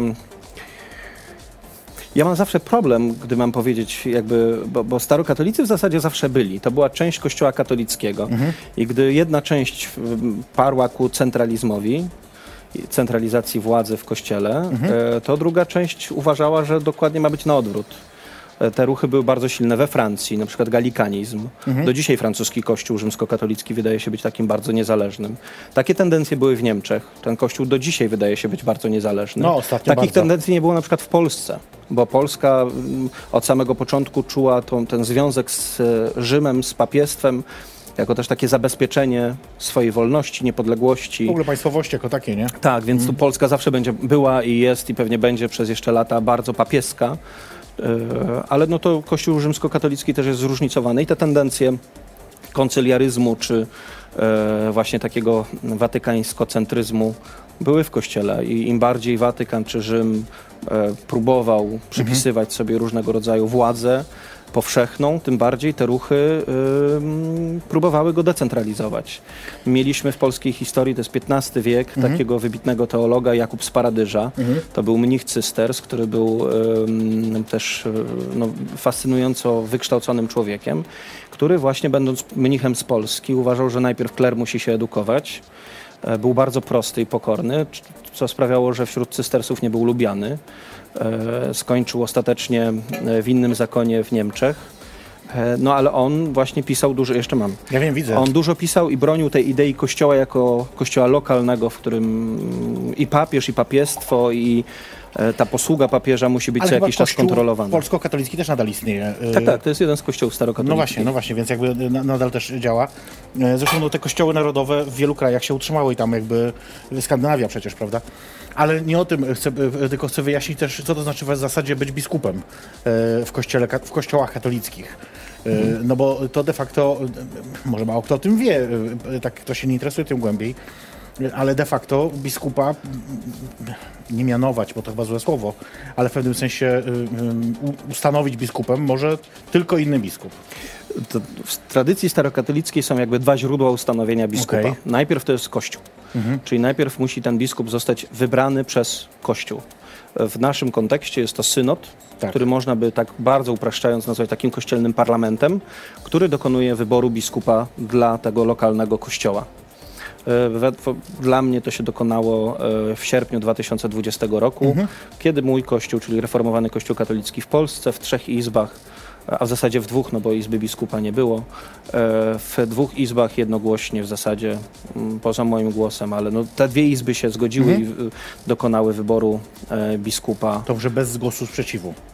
Ja mam zawsze problem, gdy mam powiedzieć, jakby, bo, bo starokatolicy w zasadzie zawsze byli. To była część kościoła katolickiego. Mhm. I gdy jedna część parła ku centralizmowi, centralizacji władzy w kościele, mhm. to druga część uważała, że dokładnie ma być na odwrót. Te ruchy były bardzo silne we Francji, na przykład galikanizm. Mhm. Do dzisiaj francuski kościół rzymskokatolicki wydaje się być takim bardzo niezależnym. Takie tendencje były w Niemczech. Ten kościół do dzisiaj wydaje się być bardzo niezależny. No, ostatnio Takich bardzo. tendencji nie było na przykład w Polsce, bo Polska od samego początku czuła tą, ten związek z Rzymem, z papiestwem, jako też takie zabezpieczenie swojej wolności, niepodległości. W ogóle państwowości jako takie, nie? Tak, więc mm. tu Polska zawsze będzie była i jest i pewnie będzie przez jeszcze lata bardzo papieska. Ale no to Kościół rzymskokatolicki też jest zróżnicowany i te tendencje koncyliaryzmu czy e, właśnie takiego watykańskocentryzmu były w Kościele i im bardziej Watykan czy Rzym e, próbował przypisywać mhm. sobie różnego rodzaju władzę powszechną, tym bardziej te ruchy y, próbowały go decentralizować. Mieliśmy w polskiej historii, to jest piętnasty wiek, mhm. takiego wybitnego teologa Jakub z Paradyża. Mhm. To był mnich cysters, który był y, też y, no, fascynująco wykształconym człowiekiem, który właśnie będąc mnichem z Polski uważał, że najpierw kler musi się edukować. Był bardzo prosty i pokorny, co sprawiało, że wśród cystersów nie był lubiany. Skończył ostatecznie w innym zakonie w Niemczech. No ale on właśnie pisał dużo, jeszcze mam. Ja wiem, widzę. On dużo pisał i bronił tej idei kościoła jako kościoła lokalnego, w którym i papież, i papiestwo, i ta posługa papieża musi być ale co jakiś czas kontrolowana. Polsko-katolicki też nadal istnieje. Tak, tak, to jest jeden z kościołów starokatolickich. No właśnie, no właśnie, więc jakby nadal też działa. Zresztą no, te kościoły narodowe w wielu krajach się utrzymały i tam jakby Skandynawia przecież, prawda? Ale nie o tym chcę, tylko chcę wyjaśnić też, co to znaczy w zasadzie być biskupem w, kościele, w kościołach katolickich. Hmm. No bo to de facto, może mało kto o tym wie, tak kto się nie interesuje tym głębiej, ale de facto biskupa nie mianować, bo to chyba złe słowo, ale w pewnym sensie ustanowić biskupem może tylko inny biskup. To w tradycji starokatolickiej są jakby dwa źródła ustanowienia biskupa. Okay. Najpierw to jest Kościół, mhm. czyli najpierw musi ten biskup zostać wybrany przez Kościół. W naszym kontekście jest to synod, tak. który można by tak bardzo upraszczając nazwać takim kościelnym parlamentem, który dokonuje wyboru biskupa dla tego lokalnego kościoła. Dla mnie to się dokonało w sierpniu dwa tysiące dwudziestego roku, mhm. kiedy mój kościół, czyli Reformowany Kościół Katolicki w Polsce, w trzech izbach, a w zasadzie w dwóch, no bo izby biskupa nie było, w dwóch izbach jednogłośnie w zasadzie, poza moim głosem, ale no te dwie izby się zgodziły mhm. i dokonały wyboru biskupa. Dobrze, bez głosu sprzeciwu.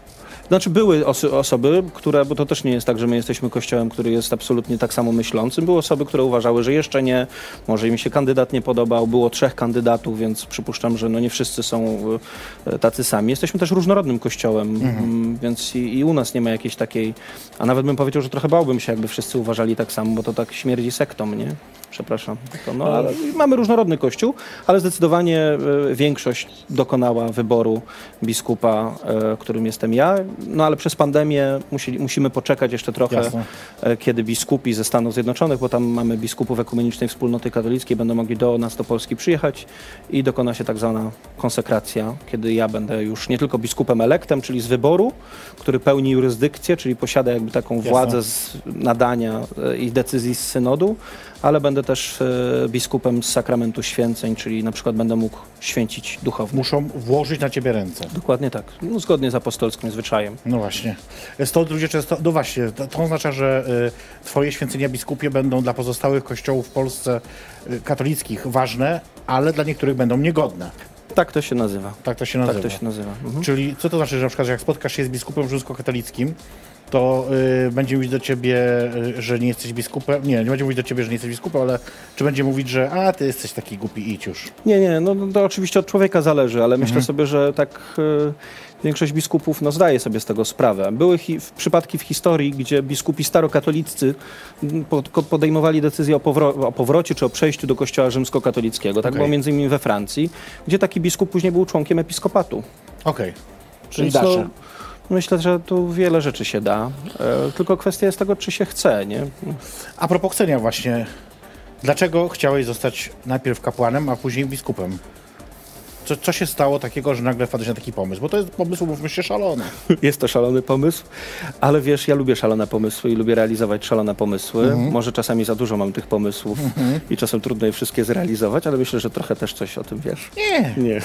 Znaczy były oso- osoby, które, bo to też nie jest tak, że my jesteśmy kościołem, który jest absolutnie tak samo myślącym. Były osoby, które uważały, że jeszcze nie, może im się kandydat nie podobał. Było trzech kandydatów, więc przypuszczam, że no nie wszyscy są e, tacy sami. Jesteśmy też różnorodnym kościołem, mhm. więc i, i u nas nie ma jakiejś takiej, a nawet bym powiedział, że trochę bałbym się, jakby wszyscy uważali tak samo, bo to tak śmierdzi sektą, nie? Przepraszam. To no, ale mamy różnorodny kościół, ale zdecydowanie e, większość dokonała wyboru biskupa, e, którym jestem ja. No ale przez pandemię musi, musimy poczekać jeszcze trochę, e, kiedy biskupi ze Stanów Zjednoczonych, bo tam mamy biskupów Ekumenicznej Wspólnoty Katolickiej, będą mogli do nas, do Polski przyjechać i dokona się tak zwana konsekracja, kiedy ja będę już nie tylko biskupem elektem, czyli z wyboru, który pełni jurysdykcję, czyli posiada jakby taką Jasne. władzę z nadania e, i decyzji z synodu, ale będę też e, biskupem z sakramentu święceń, czyli na przykład będę mógł święcić duchownych. Muszą włożyć na ciebie ręce. Dokładnie tak, no, zgodnie z apostolskim zwyczajem. No właśnie. Stąd ludzie często, no właśnie, to, to oznacza, że y, twoje święcenia biskupie będą dla pozostałych kościołów w Polsce y, katolickich ważne, ale dla niektórych będą niegodne. Tak to się nazywa. Tak to się nazywa. Tak to się nazywa. Mhm. Czyli co to znaczy, że na przykład, że jak spotkasz się z biskupem rzymskokatolickim, to y, będzie mówić do ciebie, y, że nie jesteś biskupem? Nie, nie będzie mówić do ciebie, że nie jesteś biskupem, ale czy będzie mówić, że a, ty jesteś taki głupi, idź już? Nie, nie, no to oczywiście od człowieka zależy, ale mhm. myślę sobie, że tak y, większość biskupów no, zdaje sobie z tego sprawę. Były hi- w przypadki w historii, gdzie biskupi starokatolicy po, podejmowali decyzję o, powro- o powrocie czy o przejściu do kościoła rzymskokatolickiego. Tak okay. było między innymi we Francji, gdzie taki biskup później był członkiem episkopatu. Okej, okay. czyli Więc, da się. No, myślę, że tu wiele rzeczy się da, e, tylko kwestia jest tego, czy się chce, nie? A propos chcenia właśnie, dlaczego chciałeś zostać najpierw kapłanem, a później biskupem? Co, co się stało takiego, że nagle wpadłeś na taki pomysł? Bo to jest pomysł, mówmy się, szalony. Jest to szalony pomysł, ale wiesz, ja lubię szalone pomysły i lubię realizować szalone pomysły. Mhm. Może czasami za dużo mam tych pomysłów mhm. i czasem trudno je wszystkie zrealizować, ale myślę, że trochę też coś o tym wiesz. Nie. Nie.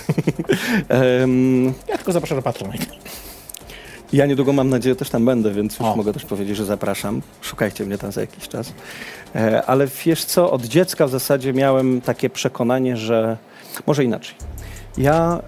um, ja tylko zapraszam do Patronite. Ja niedługo, mam nadzieję, też tam będę, więc już o. mogę też powiedzieć, że zapraszam. Szukajcie mnie tam za jakiś czas. E, ale wiesz co, od dziecka w zasadzie miałem takie przekonanie, że... Może inaczej. Ja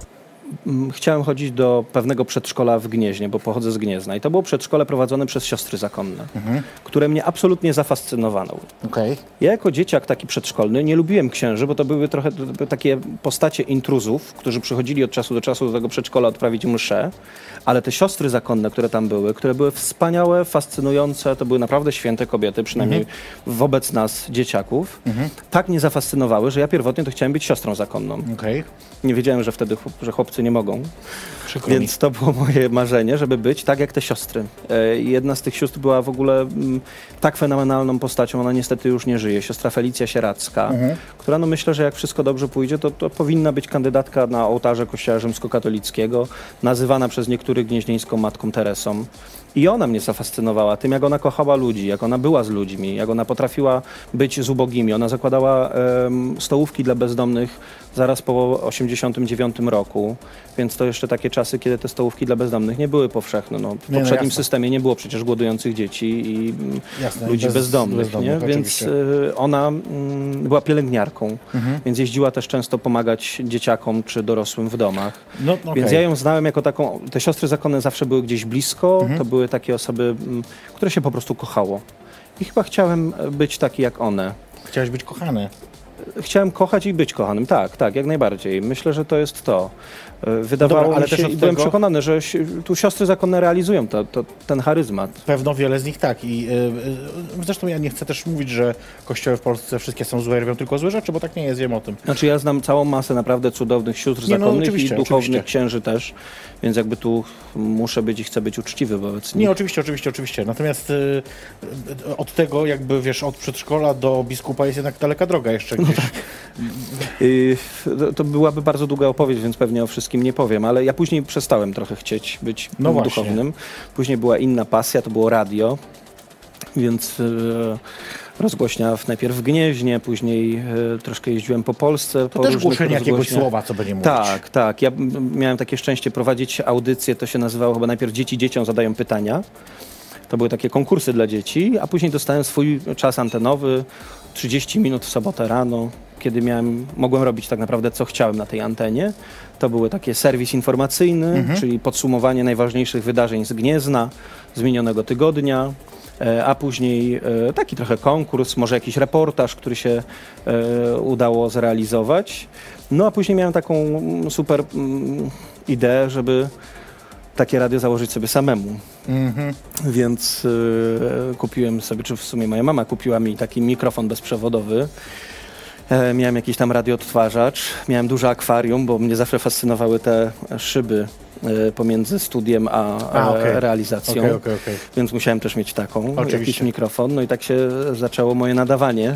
m, chciałem chodzić do pewnego przedszkola w Gnieźnie, bo pochodzę z Gniezna. I to było przedszkole prowadzone przez siostry zakonne, mhm. które mnie absolutnie zafascynowały. Okay. Ja jako dzieciak taki przedszkolny nie lubiłem księży, bo to były trochę to były takie postacie intruzów, którzy przychodzili od czasu do czasu do tego przedszkola odprawić mszę. Ale te siostry zakonne, które tam były, które były wspaniałe, fascynujące, to były naprawdę święte kobiety, przynajmniej mhm. wobec nas, dzieciaków, mhm. tak mnie zafascynowały, że ja pierwotnie to chciałem być siostrą zakonną. Okay. Nie wiedziałem, że wtedy że chłopcy nie mogą. Przykro Więc mi. To było moje marzenie, żeby być tak jak te siostry. E, jedna z tych sióstr była w ogóle m, tak fenomenalną postacią, ona niestety już nie żyje, siostra Felicja Sieradzka, mhm. która no myślę, że jak wszystko dobrze pójdzie, to, to powinna być kandydatka na ołtarze Kościoła Rzymskokatolickiego, nazywana przez niektórych gnieźnieńską Matką Teresą. I ona mnie zafascynowała tym, jak ona kochała ludzi, jak ona była z ludźmi, jak ona potrafiła być z ubogimi. Ona zakładała um, stołówki dla bezdomnych zaraz po osiemdziesiątym dziewiątym roku, więc to jeszcze takie czasy, kiedy te stołówki dla bezdomnych nie były powszechne. No, w nie, poprzednim no systemie nie było przecież głodujących dzieci i jasne, ludzi bez, bezdomnych, bezdomnych, nie? Więc y, ona y, była pielęgniarką, mhm. więc jeździła też często pomagać dzieciakom czy dorosłym w domach. No, okay. Więc ja ją znałem jako taką, te siostry zakonne zawsze były gdzieś blisko, mhm. to były takie osoby, m, które się po prostu kochało. I chyba chciałem być taki jak one. Chciałeś być kochany. Chciałem kochać i być kochanym, tak, tak, jak najbardziej. Myślę, że to jest to. Wydawało Dobra, ale mi się też i byłem tego... przekonany, że tu siostry zakonne realizują to, to, ten charyzmat. Pewno wiele z nich tak. I yy, zresztą ja nie chcę też mówić, że kościoły w Polsce wszystkie są złe i robią tylko złe rzeczy, bo tak nie jest, wiem o tym. Znaczy ja znam całą masę naprawdę cudownych sióstr nie, zakonnych no, i duchownych oczywiście. księży też, więc jakby tu muszę być i chcę być uczciwy wobec nich. Nie, oczywiście, oczywiście, oczywiście. Natomiast yy, od tego jakby, wiesz, od przedszkola do biskupa jest jednak daleka droga jeszcze gdzieś. No tak. yy, to, to byłaby bardzo długa opowieść, więc pewnie o wszystkim nie powiem, ale ja później przestałem trochę chcieć być no duchownym. Później była inna pasja, to było radio, więc yy, rozgłośnia najpierw w Gnieźnie, później yy, troszkę jeździłem po Polsce. To po też głoszenie jakiegoś słowa, co będzie mówić. Tak, tak. Ja miałem takie szczęście prowadzić audycję, to się nazywało chyba najpierw Dzieci dzieciom zadają pytania. To były takie konkursy dla dzieci, a później dostałem swój czas antenowy, trzydzieści minut w sobotę rano. kiedy miałem, mogłem robić tak naprawdę co chciałem na tej antenie. To były takie serwis informacyjny, mhm. czyli podsumowanie najważniejszych wydarzeń z Gniezna, z minionego tygodnia, a później taki trochę konkurs, może jakiś reportaż, który się udało zrealizować. No a później miałem taką super ideę, żeby takie radio założyć sobie samemu. Mm-hmm. Więc y, kupiłem sobie, czy w sumie moja mama kupiła mi taki mikrofon bezprzewodowy. E, miałem jakiś tam radioodtwarzacz, miałem duże akwarium, bo mnie zawsze fascynowały te szyby y, pomiędzy studiem a, a okay. realizacją. Okay, okay, okay. Więc musiałem też mieć taką, Oczywiście. jakiś mikrofon. No i tak się zaczęło moje nadawanie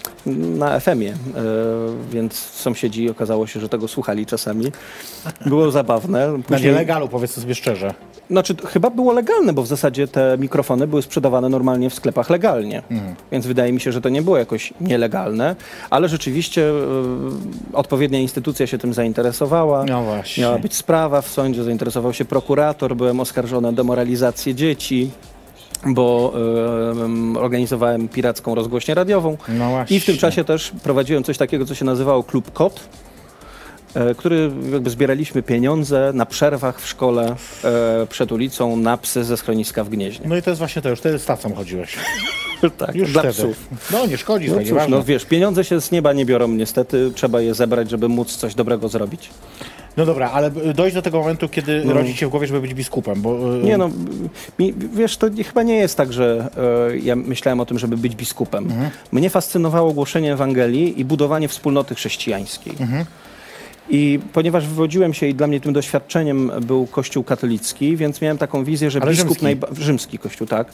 na F M ie, więc sąsiedzi okazało się, że tego słuchali czasami. Było zabawne. Później... Na nielegalu, powiedzmy sobie szczerze. Znaczy, chyba było legalne, bo w zasadzie te mikrofony były sprzedawane normalnie w sklepach legalnie. Mhm. Więc wydaje mi się, że to nie było jakoś nielegalne, ale rzeczywiście y, odpowiednia instytucja się tym zainteresowała. No właśnie. Miała być sprawa w sądzie, zainteresował się prokurator, byłem oskarżony o demoralizację dzieci, bo y, organizowałem piracką rozgłośnię radiową. No właśnie. I w tym czasie też prowadziłem coś takiego, co się nazywało Klub Kot, y, który jakby zbieraliśmy pieniądze na przerwach w szkole y, przed ulicą na psy ze schroniska w Gnieźnie. No i to jest właśnie to, już wtedy z tacą chodziłeś. Tak, już dla wtedy. psów. No nie szkodzi, no, tak cóż, no wiesz, pieniądze się z nieba nie biorą niestety, trzeba je zebrać, żeby móc coś dobrego zrobić. No dobra, ale dojść do tego momentu, kiedy no. rodzi się w głowie, żeby być biskupem, bo... Nie no, mi, wiesz, to chyba nie jest tak, że y, ja myślałem o tym, żeby być biskupem. Mhm. Mnie fascynowało głoszenie Ewangelii i budowanie wspólnoty chrześcijańskiej. Mhm. I ponieważ wywodziłem się i dla mnie tym doświadczeniem był Kościół katolicki, więc miałem taką wizję, że ale biskup... Rzymski. Najba- rzymski Kościół, tak.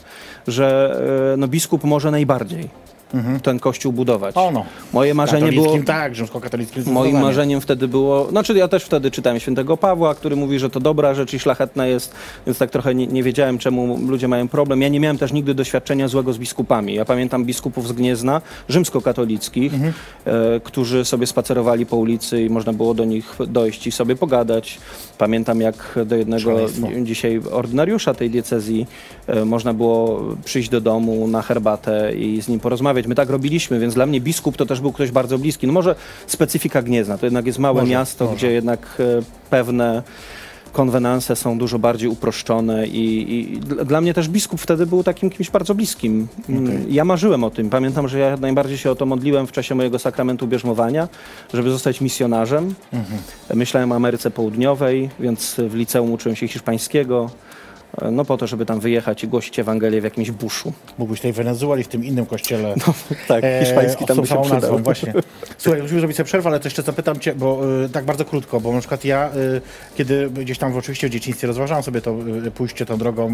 Że y, no, biskup może najbardziej Mhm. ten kościół budować. O no. Moje marzenie było... tak, rzymskokatolickim. Moim marzeniem wtedy było... Znaczy ja też wtedy czytałem świętego Pawła, który mówi, że to dobra rzecz i szlachetna jest, więc tak trochę nie, nie wiedziałem, czemu ludzie mają problem. Ja nie miałem też nigdy doświadczenia złego z biskupami. Ja pamiętam biskupów z Gniezna, rzymskokatolickich, mhm. e, którzy sobie spacerowali po ulicy i można było do nich dojść i sobie pogadać. Pamiętam, jak do jednego dzisiaj ordynariusza tej diecezji e, można było przyjść do domu na herbatę i z nim porozmawiać. My tak robiliśmy, więc dla mnie biskup to też był ktoś bardzo bliski. No może specyfika Gniezna, to jednak jest małe może, miasto, może. gdzie jednak e, pewne konwenanse są dużo bardziej uproszczone i, i dla mnie też biskup wtedy był takim kimś bardzo bliskim. Okay. Ja marzyłem o tym. Pamiętam, że ja najbardziej się o to modliłem w czasie mojego sakramentu bierzmowania, żeby zostać misjonarzem. Mhm. Myślałem o Ameryce Południowej, więc w liceum uczyłem się hiszpańskiego. No po to, żeby tam wyjechać i głosić Ewangelię w jakimś buszu. Mógłbyś tej Wenezueli w tym innym kościele. No, tak, hiszpański e, tam by się przydał. Nazwą, właśnie. Słuchaj, musimy zrobić sobie przerwę, ale to jeszcze zapytam cię, bo y, tak bardzo krótko, bo na przykład ja, y, kiedy gdzieś tam oczywiście w dzieciństwie rozważałem sobie to y, pójście tą drogą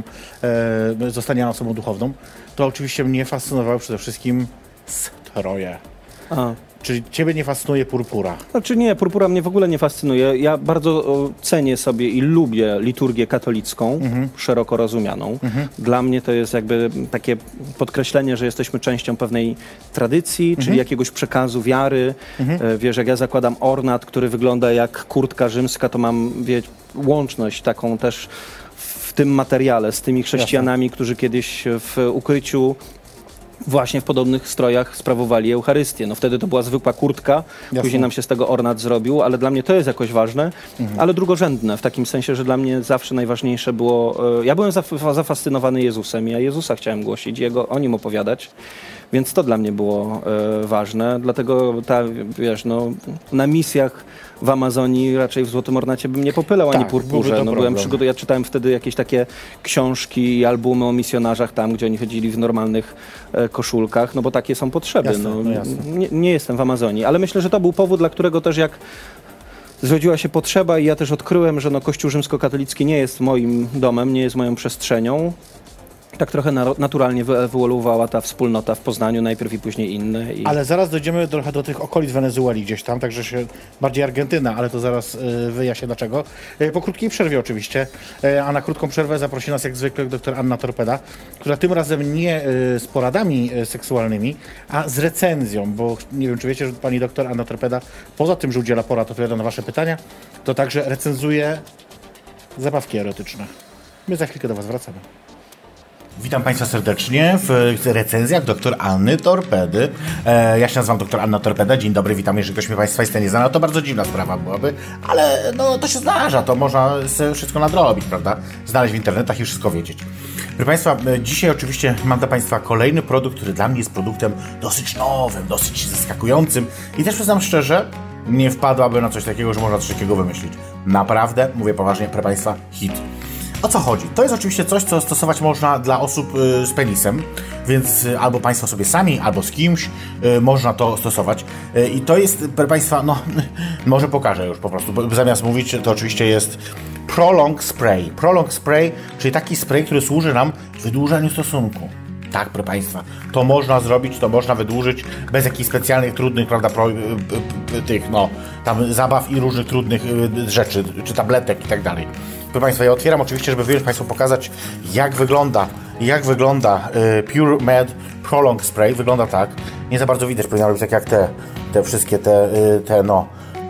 y, zostania osobą duchowną, to oczywiście mnie fascynowały przede wszystkim stroje. A. Czyli ciebie nie fascynuje purpura? Znaczy nie, purpura mnie w ogóle nie fascynuje. Ja bardzo o, cenię sobie i lubię liturgię katolicką, mhm. szeroko rozumianą. Mhm. Dla mnie to jest jakby takie podkreślenie, że jesteśmy częścią pewnej tradycji, mhm. czyli jakiegoś przekazu wiary. Mhm. E, wiesz, jak ja zakładam ornat, który wygląda jak kurtka rzymska, to mam wie, łączność taką też w tym materiale z tymi chrześcijanami, Jasne. którzy kiedyś w ukryciu właśnie w podobnych strojach sprawowali Eucharystię. No wtedy to była zwykła kurtka, Jasne. później nam się z tego ornat zrobił, ale dla mnie to jest jakoś ważne, mhm. ale drugorzędne, w takim sensie, że dla mnie zawsze najważniejsze było... E, ja byłem zaf- zafascynowany Jezusem, ja Jezusa chciałem głosić, jego, o nim opowiadać, więc to dla mnie było e, ważne, dlatego ta, wiesz, no, na misjach w Amazonii raczej w Złotym Ornacie bym nie popylał, tak, ani purpurze. No, byłem przygotow- ja czytałem wtedy jakieś takie książki i albumy o misjonarzach tam, gdzie oni chodzili w normalnych e, koszulkach, no bo takie są potrzeby. Jasne, no, no jasne. Nie, nie jestem w Amazonii, ale myślę, że to był powód, dla którego też jak zrodziła się potrzeba i ja też odkryłem, że no, Kościół rzymskokatolicki nie jest moim domem, nie jest moją przestrzenią. Tak trochę na, naturalnie wyewoluowała ta wspólnota w Poznaniu, najpierw i później inne. I... Ale zaraz dojdziemy trochę do tych okolic Wenezueli gdzieś tam, także się bardziej Argentyna, ale to zaraz y, wyjaśnię dlaczego. Y, po krótkiej przerwie oczywiście, y, a na krótką przerwę zaprosi nas jak zwykle dr Anna Torpeda, która tym razem nie y, z poradami y, seksualnymi, a z recenzją, bo nie wiem, czy wiecie, że pani doktor Anna Torpeda, poza tym, że udziela porad, odpowiada na wasze pytania, to także recenzuje zabawki erotyczne. My za chwilkę do was wracamy. Witam Państwa serdecznie w recenzjach doktor Anny Torpedy. E, ja się nazywam doktor Anna Torpeda. Dzień dobry, witam. Jeżeli ktoś mnie Państwa jest nie zna, no to bardzo dziwna sprawa byłaby, ale no to się zdarza, to można sobie wszystko nadrobić, prawda? Znaleźć w internetach i wszystko wiedzieć. Proszę Państwa, dzisiaj oczywiście mam dla Państwa kolejny produkt, który dla mnie jest produktem dosyć nowym, dosyć zaskakującym i też przyznam szczerze, nie wpadłaby na coś takiego, że można coś takiego wymyślić. Naprawdę, mówię poważnie, proszę Państwa, hit. O co chodzi? To jest oczywiście coś, co stosować można dla osób y, z penisem, więc y, albo Państwo sobie sami, albo z kimś y, można to stosować. Y, I to jest, proszę Państwa, no, może pokażę już po prostu, bo zamiast mówić, to oczywiście jest Prolong Spray. Prolong Spray, czyli taki spray, który służy nam w wydłużaniu stosunku. Tak, proszę Państwa, to można zrobić, to można wydłużyć bez jakichś specjalnych, trudnych, prawda, pro, y, y, y, tych, no, tam zabaw i różnych trudnych y, rzeczy, czy tabletek i tak dalej. Proszę Państwa, ja otwieram oczywiście, żeby wyjąć Państwu pokazać, jak wygląda, jak wygląda y, Pure Med Prolong Spray. Wygląda tak. Nie za bardzo widać, powinien robić tak jak te, te wszystkie te, y, te no,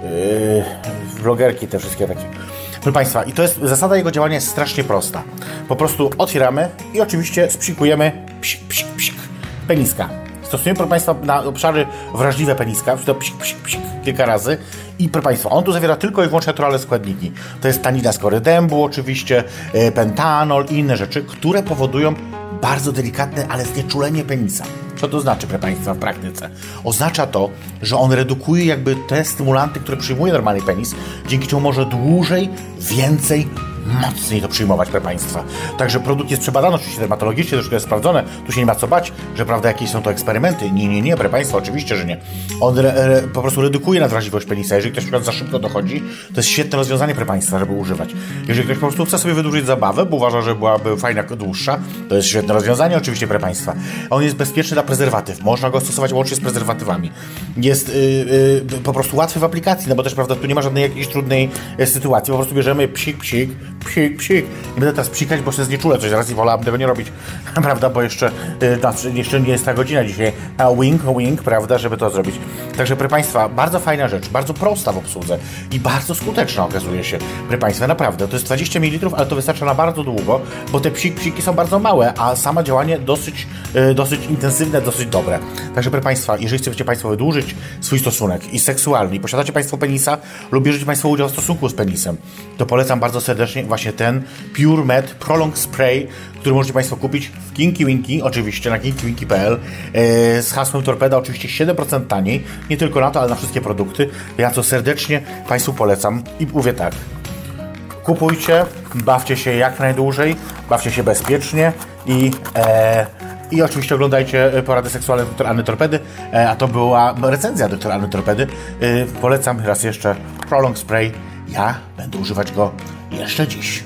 y, vlogerki, te wszystkie takie. Proszę Państwa, i to jest, zasada jego działania jest strasznie prosta. Po prostu otwieramy i oczywiście spsikujemy psik, psik, psik, peniska. Stosujemy, proszę Państwa, na obszary wrażliwe peniska, to psik, psik, psik, kilka razy. I proszę Państwa, on tu zawiera tylko i wyłącznie naturalne składniki. To jest tanina skory dębu oczywiście, pentanol i inne rzeczy, które powodują bardzo delikatne, ale znieczulenie penisa. Co to znaczy, proszę Państwa, w praktyce? Oznacza to, że on redukuje jakby te stymulanty, które przyjmuje normalny penis, dzięki czemu może dłużej, więcej, mocniej to przyjmować, proszę Państwa. Także produkt jest przebadany, oczywiście dermatologicznie, to wszystko jest sprawdzone, tu się nie ma co bać, że prawda, jakieś są to eksperymenty. Nie, nie, nie, proszę Państwa, oczywiście, że nie. On re, re, po prostu redukuje nadwrażliwość penisa. Jeżeli ktoś na przykład za szybko dochodzi, to jest świetne rozwiązanie, proszę Państwa, żeby używać. Jeżeli ktoś po prostu chce sobie wydłużyć zabawę, bo uważa, że byłaby fajna, dłuższa, to jest świetne rozwiązanie, oczywiście, proszę Państwa. On jest bezpieczny dla prezerwatyw. Można go stosować łącznie z prezerwatywami. Jest yy, yy, po prostu łatwy w aplikacji, no bo też, prawda, tu nie ma żadnej jakiejś trudnej yy, sytuacji. Po prostu bierzemy psik, psik, psik, psik. Nie będę teraz psikać, bo się znieczulę coś raz i wolałabym tego nie robić, prawda, bo jeszcze, yy, znaczy, jeszcze nie jest ta godzina dzisiaj. A wink, wink, prawda, żeby to zrobić. Także, proszę Państwa, bardzo fajna rzecz, bardzo prosta w obsłudze i bardzo skuteczna okazuje się, proszę Państwa, naprawdę. To jest dwadzieścia mililitrów, ale to wystarcza na bardzo długo, bo te psik, psiki są bardzo małe, a sama działanie dosyć, yy, dosyć intensywne, dosyć dobre. Także, proszę Państwa, jeżeli chcecie Państwo wydłużyć swój stosunek i seksualny, i posiadacie Państwo penisa lub bierzecie Państwo udział w stosunku z penisem, to polecam bardzo serdecznie właśnie ten Pure Med Prolong Spray, który możecie Państwo kupić w Kinky Winky, oczywiście na kinky winky kropka p l yy, z hasłem Torpeda, oczywiście siedem procent taniej, nie tylko na to, ale na wszystkie produkty. Ja to serdecznie Państwu polecam i mówię tak, kupujcie, bawcie się jak najdłużej, bawcie się bezpiecznie i e, I oczywiście oglądajcie porady seksualne doktor Anny Torpedy, a to była recenzja doktor Anny Torpedy. Polecam raz jeszcze Prolong Spray. Ja będę używać go jeszcze dziś.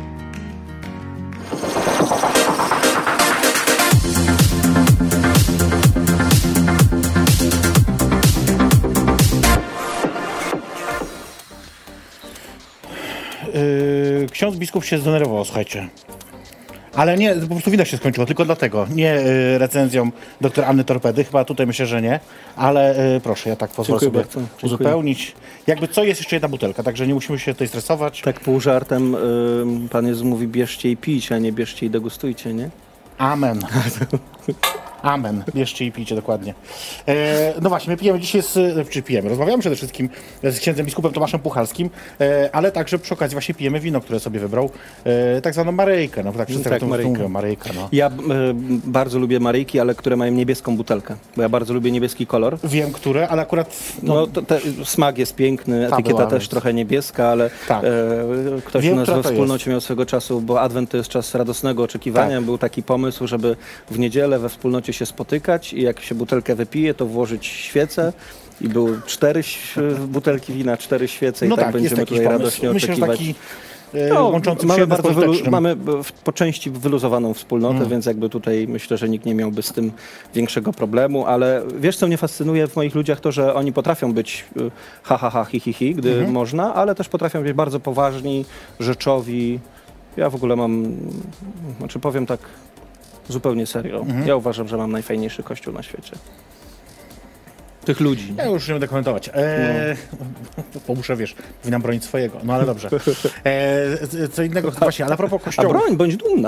Yy, ksiądz biskup się zdenerwował, słuchajcie. Ale nie, po prostu widać się skończyło, tylko dlatego. Nie y, recenzją doktor Anny Torpedy, chyba tutaj myślę, że nie, ale y, proszę, ja tak pozwolę sobie bardzo. uzupełnić. Jakby co, jest jeszcze jedna butelka, także nie musimy się tutaj stresować. Tak pół żartem y, Pan Jezus mówi, bierzcie i pijcie, a nie bierzcie i degustujcie, nie? Amen. Amen. Bierzcie i pijcie, dokładnie. E, no właśnie, my pijemy dzisiaj, z, czy pijemy, rozmawiamy przede wszystkim z księdzem biskupem Tomaszem Puchalskim, e, ale także przy okazji właśnie pijemy wino, które sobie wybrał, e, tak zwaną Maryjkę, no tak wszyscy tak, to Maryjka. mówią, Maryjka, no. Ja e, bardzo lubię Maryjki, ale które mają niebieską butelkę, bo ja bardzo lubię niebieski kolor. Wiem, które, ale akurat... No, no to, te, smak jest piękny, etykieta też więc... trochę niebieska, ale tak. e, ktoś Wiem, u nas we wspólnocie miał swego czasu, bo Adwent to jest czas radosnego oczekiwania, tak. Był taki pomysł, żeby w niedzielę we wspólnocie się spotykać i jak się butelkę wypije, to włożyć świecę i były cztery butelki wina, cztery świece i no tak, tak będziemy tutaj pomysł. radośnie Myślę, oczekiwać. Taki, e, no, mamy, bardzo wylu, mamy po części wyluzowaną wspólnotę, mm. więc jakby tutaj myślę, że nikt nie miałby z tym większego problemu, ale wiesz, co mnie fascynuje w moich ludziach, to, że oni potrafią być ha, ha, ha, hi, hi, hi, gdy mm-hmm. można, ale też potrafią być bardzo poważni, rzeczowi. Ja w ogóle mam, znaczy powiem tak, zupełnie serio. Mhm. Ja uważam, że mam najfajniejszy kościół na świecie. Tych ludzi. Ja już nie będę komentować. Eee, no. Bo muszę, wiesz, powinnam bronić swojego. No ale dobrze. Eee, co innego, właśnie, ale a propos kościoła. A broń, bądź dumna.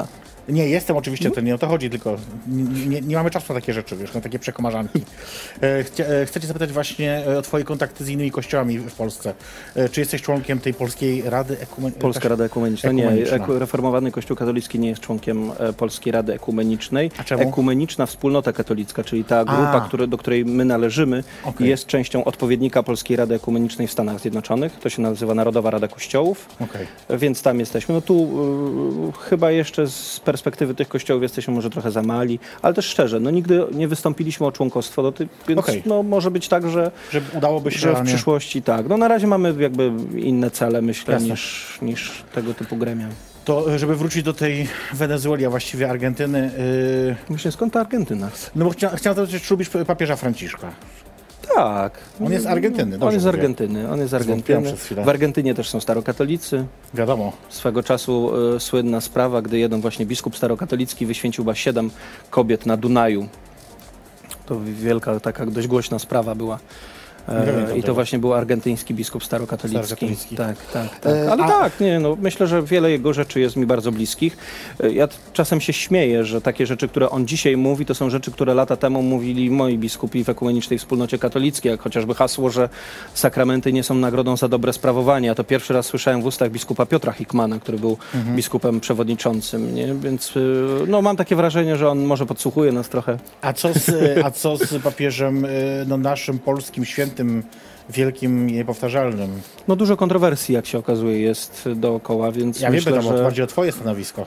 Nie, jestem oczywiście, to nie o to chodzi, tylko nie, nie, nie mamy czasu na takie rzeczy, wiesz, na takie przekomarzanki. E, chcie, e, chcę cię zapytać właśnie o twoje kontakty z innymi kościołami w Polsce. E, czy jesteś członkiem tej Polskiej Rady Ekumenicznej? Polska Rada Ekumeniczna. Nie, eku, reformowany Kościół katolicki nie jest członkiem e, Polskiej Rady Ekumenicznej. A czemu? Ekumeniczna Wspólnota Katolicka, czyli ta grupa, który, do której my należymy, Okay. jest częścią odpowiednika Polskiej Rady Ekumenicznej w Stanach Zjednoczonych. To się nazywa Narodowa Rada Kościołów, Okay. Więc tam jesteśmy. No tu y, chyba jeszcze z perspektywy tych kościołów jesteśmy może trochę za mali, ale też szczerze, no nigdy nie wystąpiliśmy o członkostwo do tych, więc Okay. no, może być tak, że, że udałoby się że w realnie... przyszłości tak. No na razie mamy jakby inne cele, myślę, niż, niż tego typu gremia. To, żeby wrócić do tej Wenezueli, a właściwie Argentyny... Yy... Myślę, skąd ta Argentyna? No bo chcia, chciałem zapytać, czy lubisz papieża Franciszka? Tak. On jest z Argentyny. On jest z mówię. Argentyny. On jest z Argentyny. W Argentynie też są starokatolicy. Wiadomo. Swego czasu y, słynna sprawa, gdy jeden właśnie biskup starokatolicki wyświęcił chyba siedem kobiet na Dunaju. To wielka, taka dość głośna sprawa była. E, I to właśnie był argentyński biskup starokatolicki. starokatolicki. Tak, tak, tak. E, Ale a... tak, nie, no, myślę, że wiele jego rzeczy jest mi bardzo bliskich. E, ja czasem się śmieję, że takie rzeczy, które on dzisiaj mówi, to są rzeczy, które lata temu mówili moi biskupi w Ekumenicznej Wspólnocie Katolickiej, jak chociażby hasło, że sakramenty nie są nagrodą za dobre sprawowanie. Ja to pierwszy raz słyszałem w ustach biskupa Piotra Hickmana, który był mhm. biskupem przewodniczącym, nie? Więc no, mam takie wrażenie, że on może podsłuchuje nas trochę. A co z, a co z papieżem no, naszym polskim świętym, wielkim i niepowtarzalnym? No dużo kontrowersji, jak się okazuje, jest dookoła, więc ja myślę, wiem, że... bardziej o twoje stanowisko.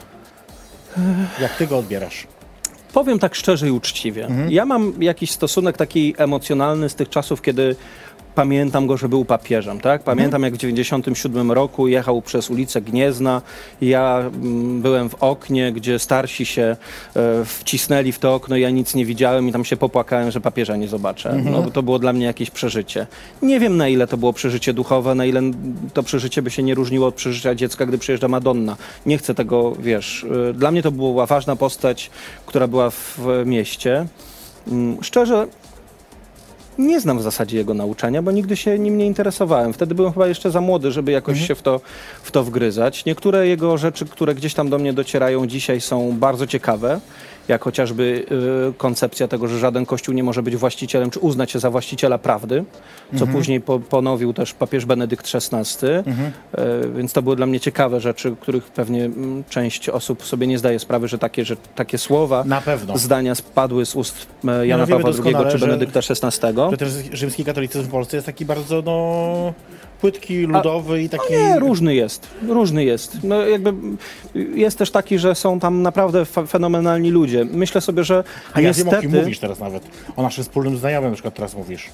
Jak ty go odbierasz? Powiem tak szczerze i uczciwie. Mhm. Ja mam jakiś stosunek taki emocjonalny z tych czasów, kiedy pamiętam go, że był papieżem, tak? Pamiętam, mhm. jak w dziewięćdziesiątym siódmym roku jechał przez ulicę Gniezna. Ja m, byłem w oknie, gdzie starsi się e, wcisnęli w to okno, ja nic nie widziałem i tam się popłakałem, że papieża nie zobaczę. Mhm. No, to było dla mnie jakieś przeżycie. Nie wiem, na ile to było przeżycie duchowe, na ile to przeżycie by się nie różniło od przeżycia dziecka, gdy przyjeżdża Madonna. Nie chcę tego, wiesz. E, dla mnie to była ważna postać, która była w mieście. Mm, szczerze, nie znam w zasadzie jego nauczania, bo nigdy się nim nie interesowałem. Wtedy byłem chyba jeszcze za młody, żeby jakoś mhm. się w to, w to wgryzać. Niektóre jego rzeczy, które gdzieś tam do mnie docierają dzisiaj, są bardzo ciekawe. Jak chociażby y, koncepcja tego, że żaden kościół nie może być właścicielem, czy uznać się za właściciela prawdy, co mhm. później po, ponowił też papież Benedykt szesnasty. Mhm. Y, więc to były dla mnie ciekawe rzeczy, których pewnie m, część osób sobie nie zdaje sprawy, że takie, że takie słowa, Na pewno. zdania spadły z ust y, Jana no, Pawła drugiego czy Benedykta szesnastego. Że ten rzymski katolicyzm w Polsce jest taki bardzo, no... płytki, ludowy A, i taki... No nie, różny jest, różny jest. No jakby jest też taki, że są tam naprawdę fenomenalni ludzie. Myślę sobie, że A niestety... ja wiem, o kim mówisz teraz nawet. O naszym wspólnym znajomym na przykład teraz mówisz.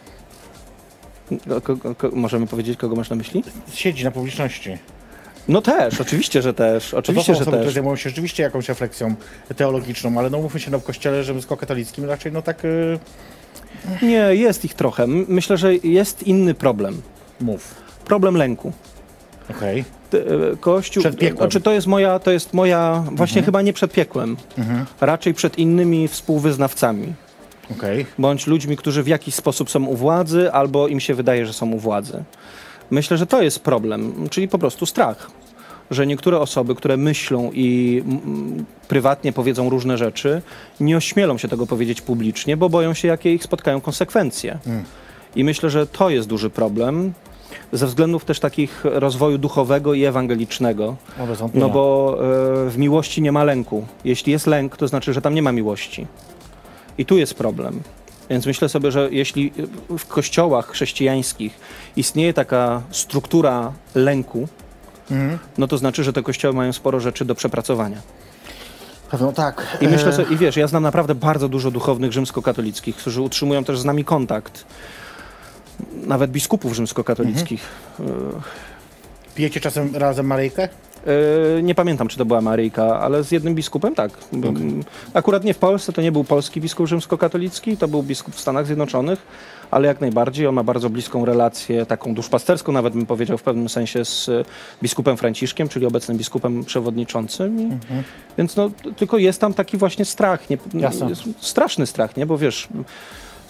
Ko, ko, możemy powiedzieć, kogo masz na myśli? Siedzi na publiczności. No też, oczywiście, że też. Oczywiście, to są że osoby, też. które zajmują się rzeczywiście jakąś refleksją teologiczną, ale no mówmy się, no w kościele rzymskokatolickim raczej no tak... Yy... Nie, jest ich trochę. Myślę, że jest inny problem. Mów. Problem lęku. Okej. Okay. Kościół... Przed piekłem. Znaczy to jest moja, to jest moja... Właśnie mhm. chyba nie przed piekłem. Mhm. Raczej przed innymi współwyznawcami. Okay. Bądź ludźmi, którzy w jakiś sposób są u władzy, albo im się wydaje, że są u władzy. Myślę, że to jest problem, czyli po prostu strach. Że niektóre osoby, które myślą i m, prywatnie powiedzą różne rzeczy, nie ośmielą się tego powiedzieć publicznie, bo boją się, jakie ich spotkają konsekwencje. Mm. I myślę, że to jest duży problem, ze względów też takich rozwoju duchowego i ewangelicznego. No bo e, w miłości nie ma lęku. Jeśli jest lęk, to znaczy, że tam nie ma miłości. I tu jest problem. Więc myślę sobie, że jeśli w kościołach chrześcijańskich istnieje taka struktura lęku, mhm. no to znaczy, że te kościoły mają sporo rzeczy do przepracowania. Pewno tak. I myślę sobie, i wiesz, ja znam naprawdę bardzo dużo duchownych rzymskokatolickich, którzy utrzymują też z nami kontakt. Nawet biskupów rzymskokatolickich. Mhm. Pijecie czasem razem Maryjkę? Yy, nie pamiętam, czy to była Maryjka, ale z jednym biskupem tak. Okay. Akurat nie w Polsce, to nie był polski biskup rzymskokatolicki, to był biskup w Stanach Zjednoczonych, ale jak najbardziej on ma bardzo bliską relację, taką duszpasterską, nawet bym powiedział w pewnym sensie, z biskupem Franciszkiem, czyli obecnym biskupem przewodniczącym. I, mhm. Więc no, tylko jest tam taki właśnie strach, nie, jest straszny strach, nie? Bo wiesz,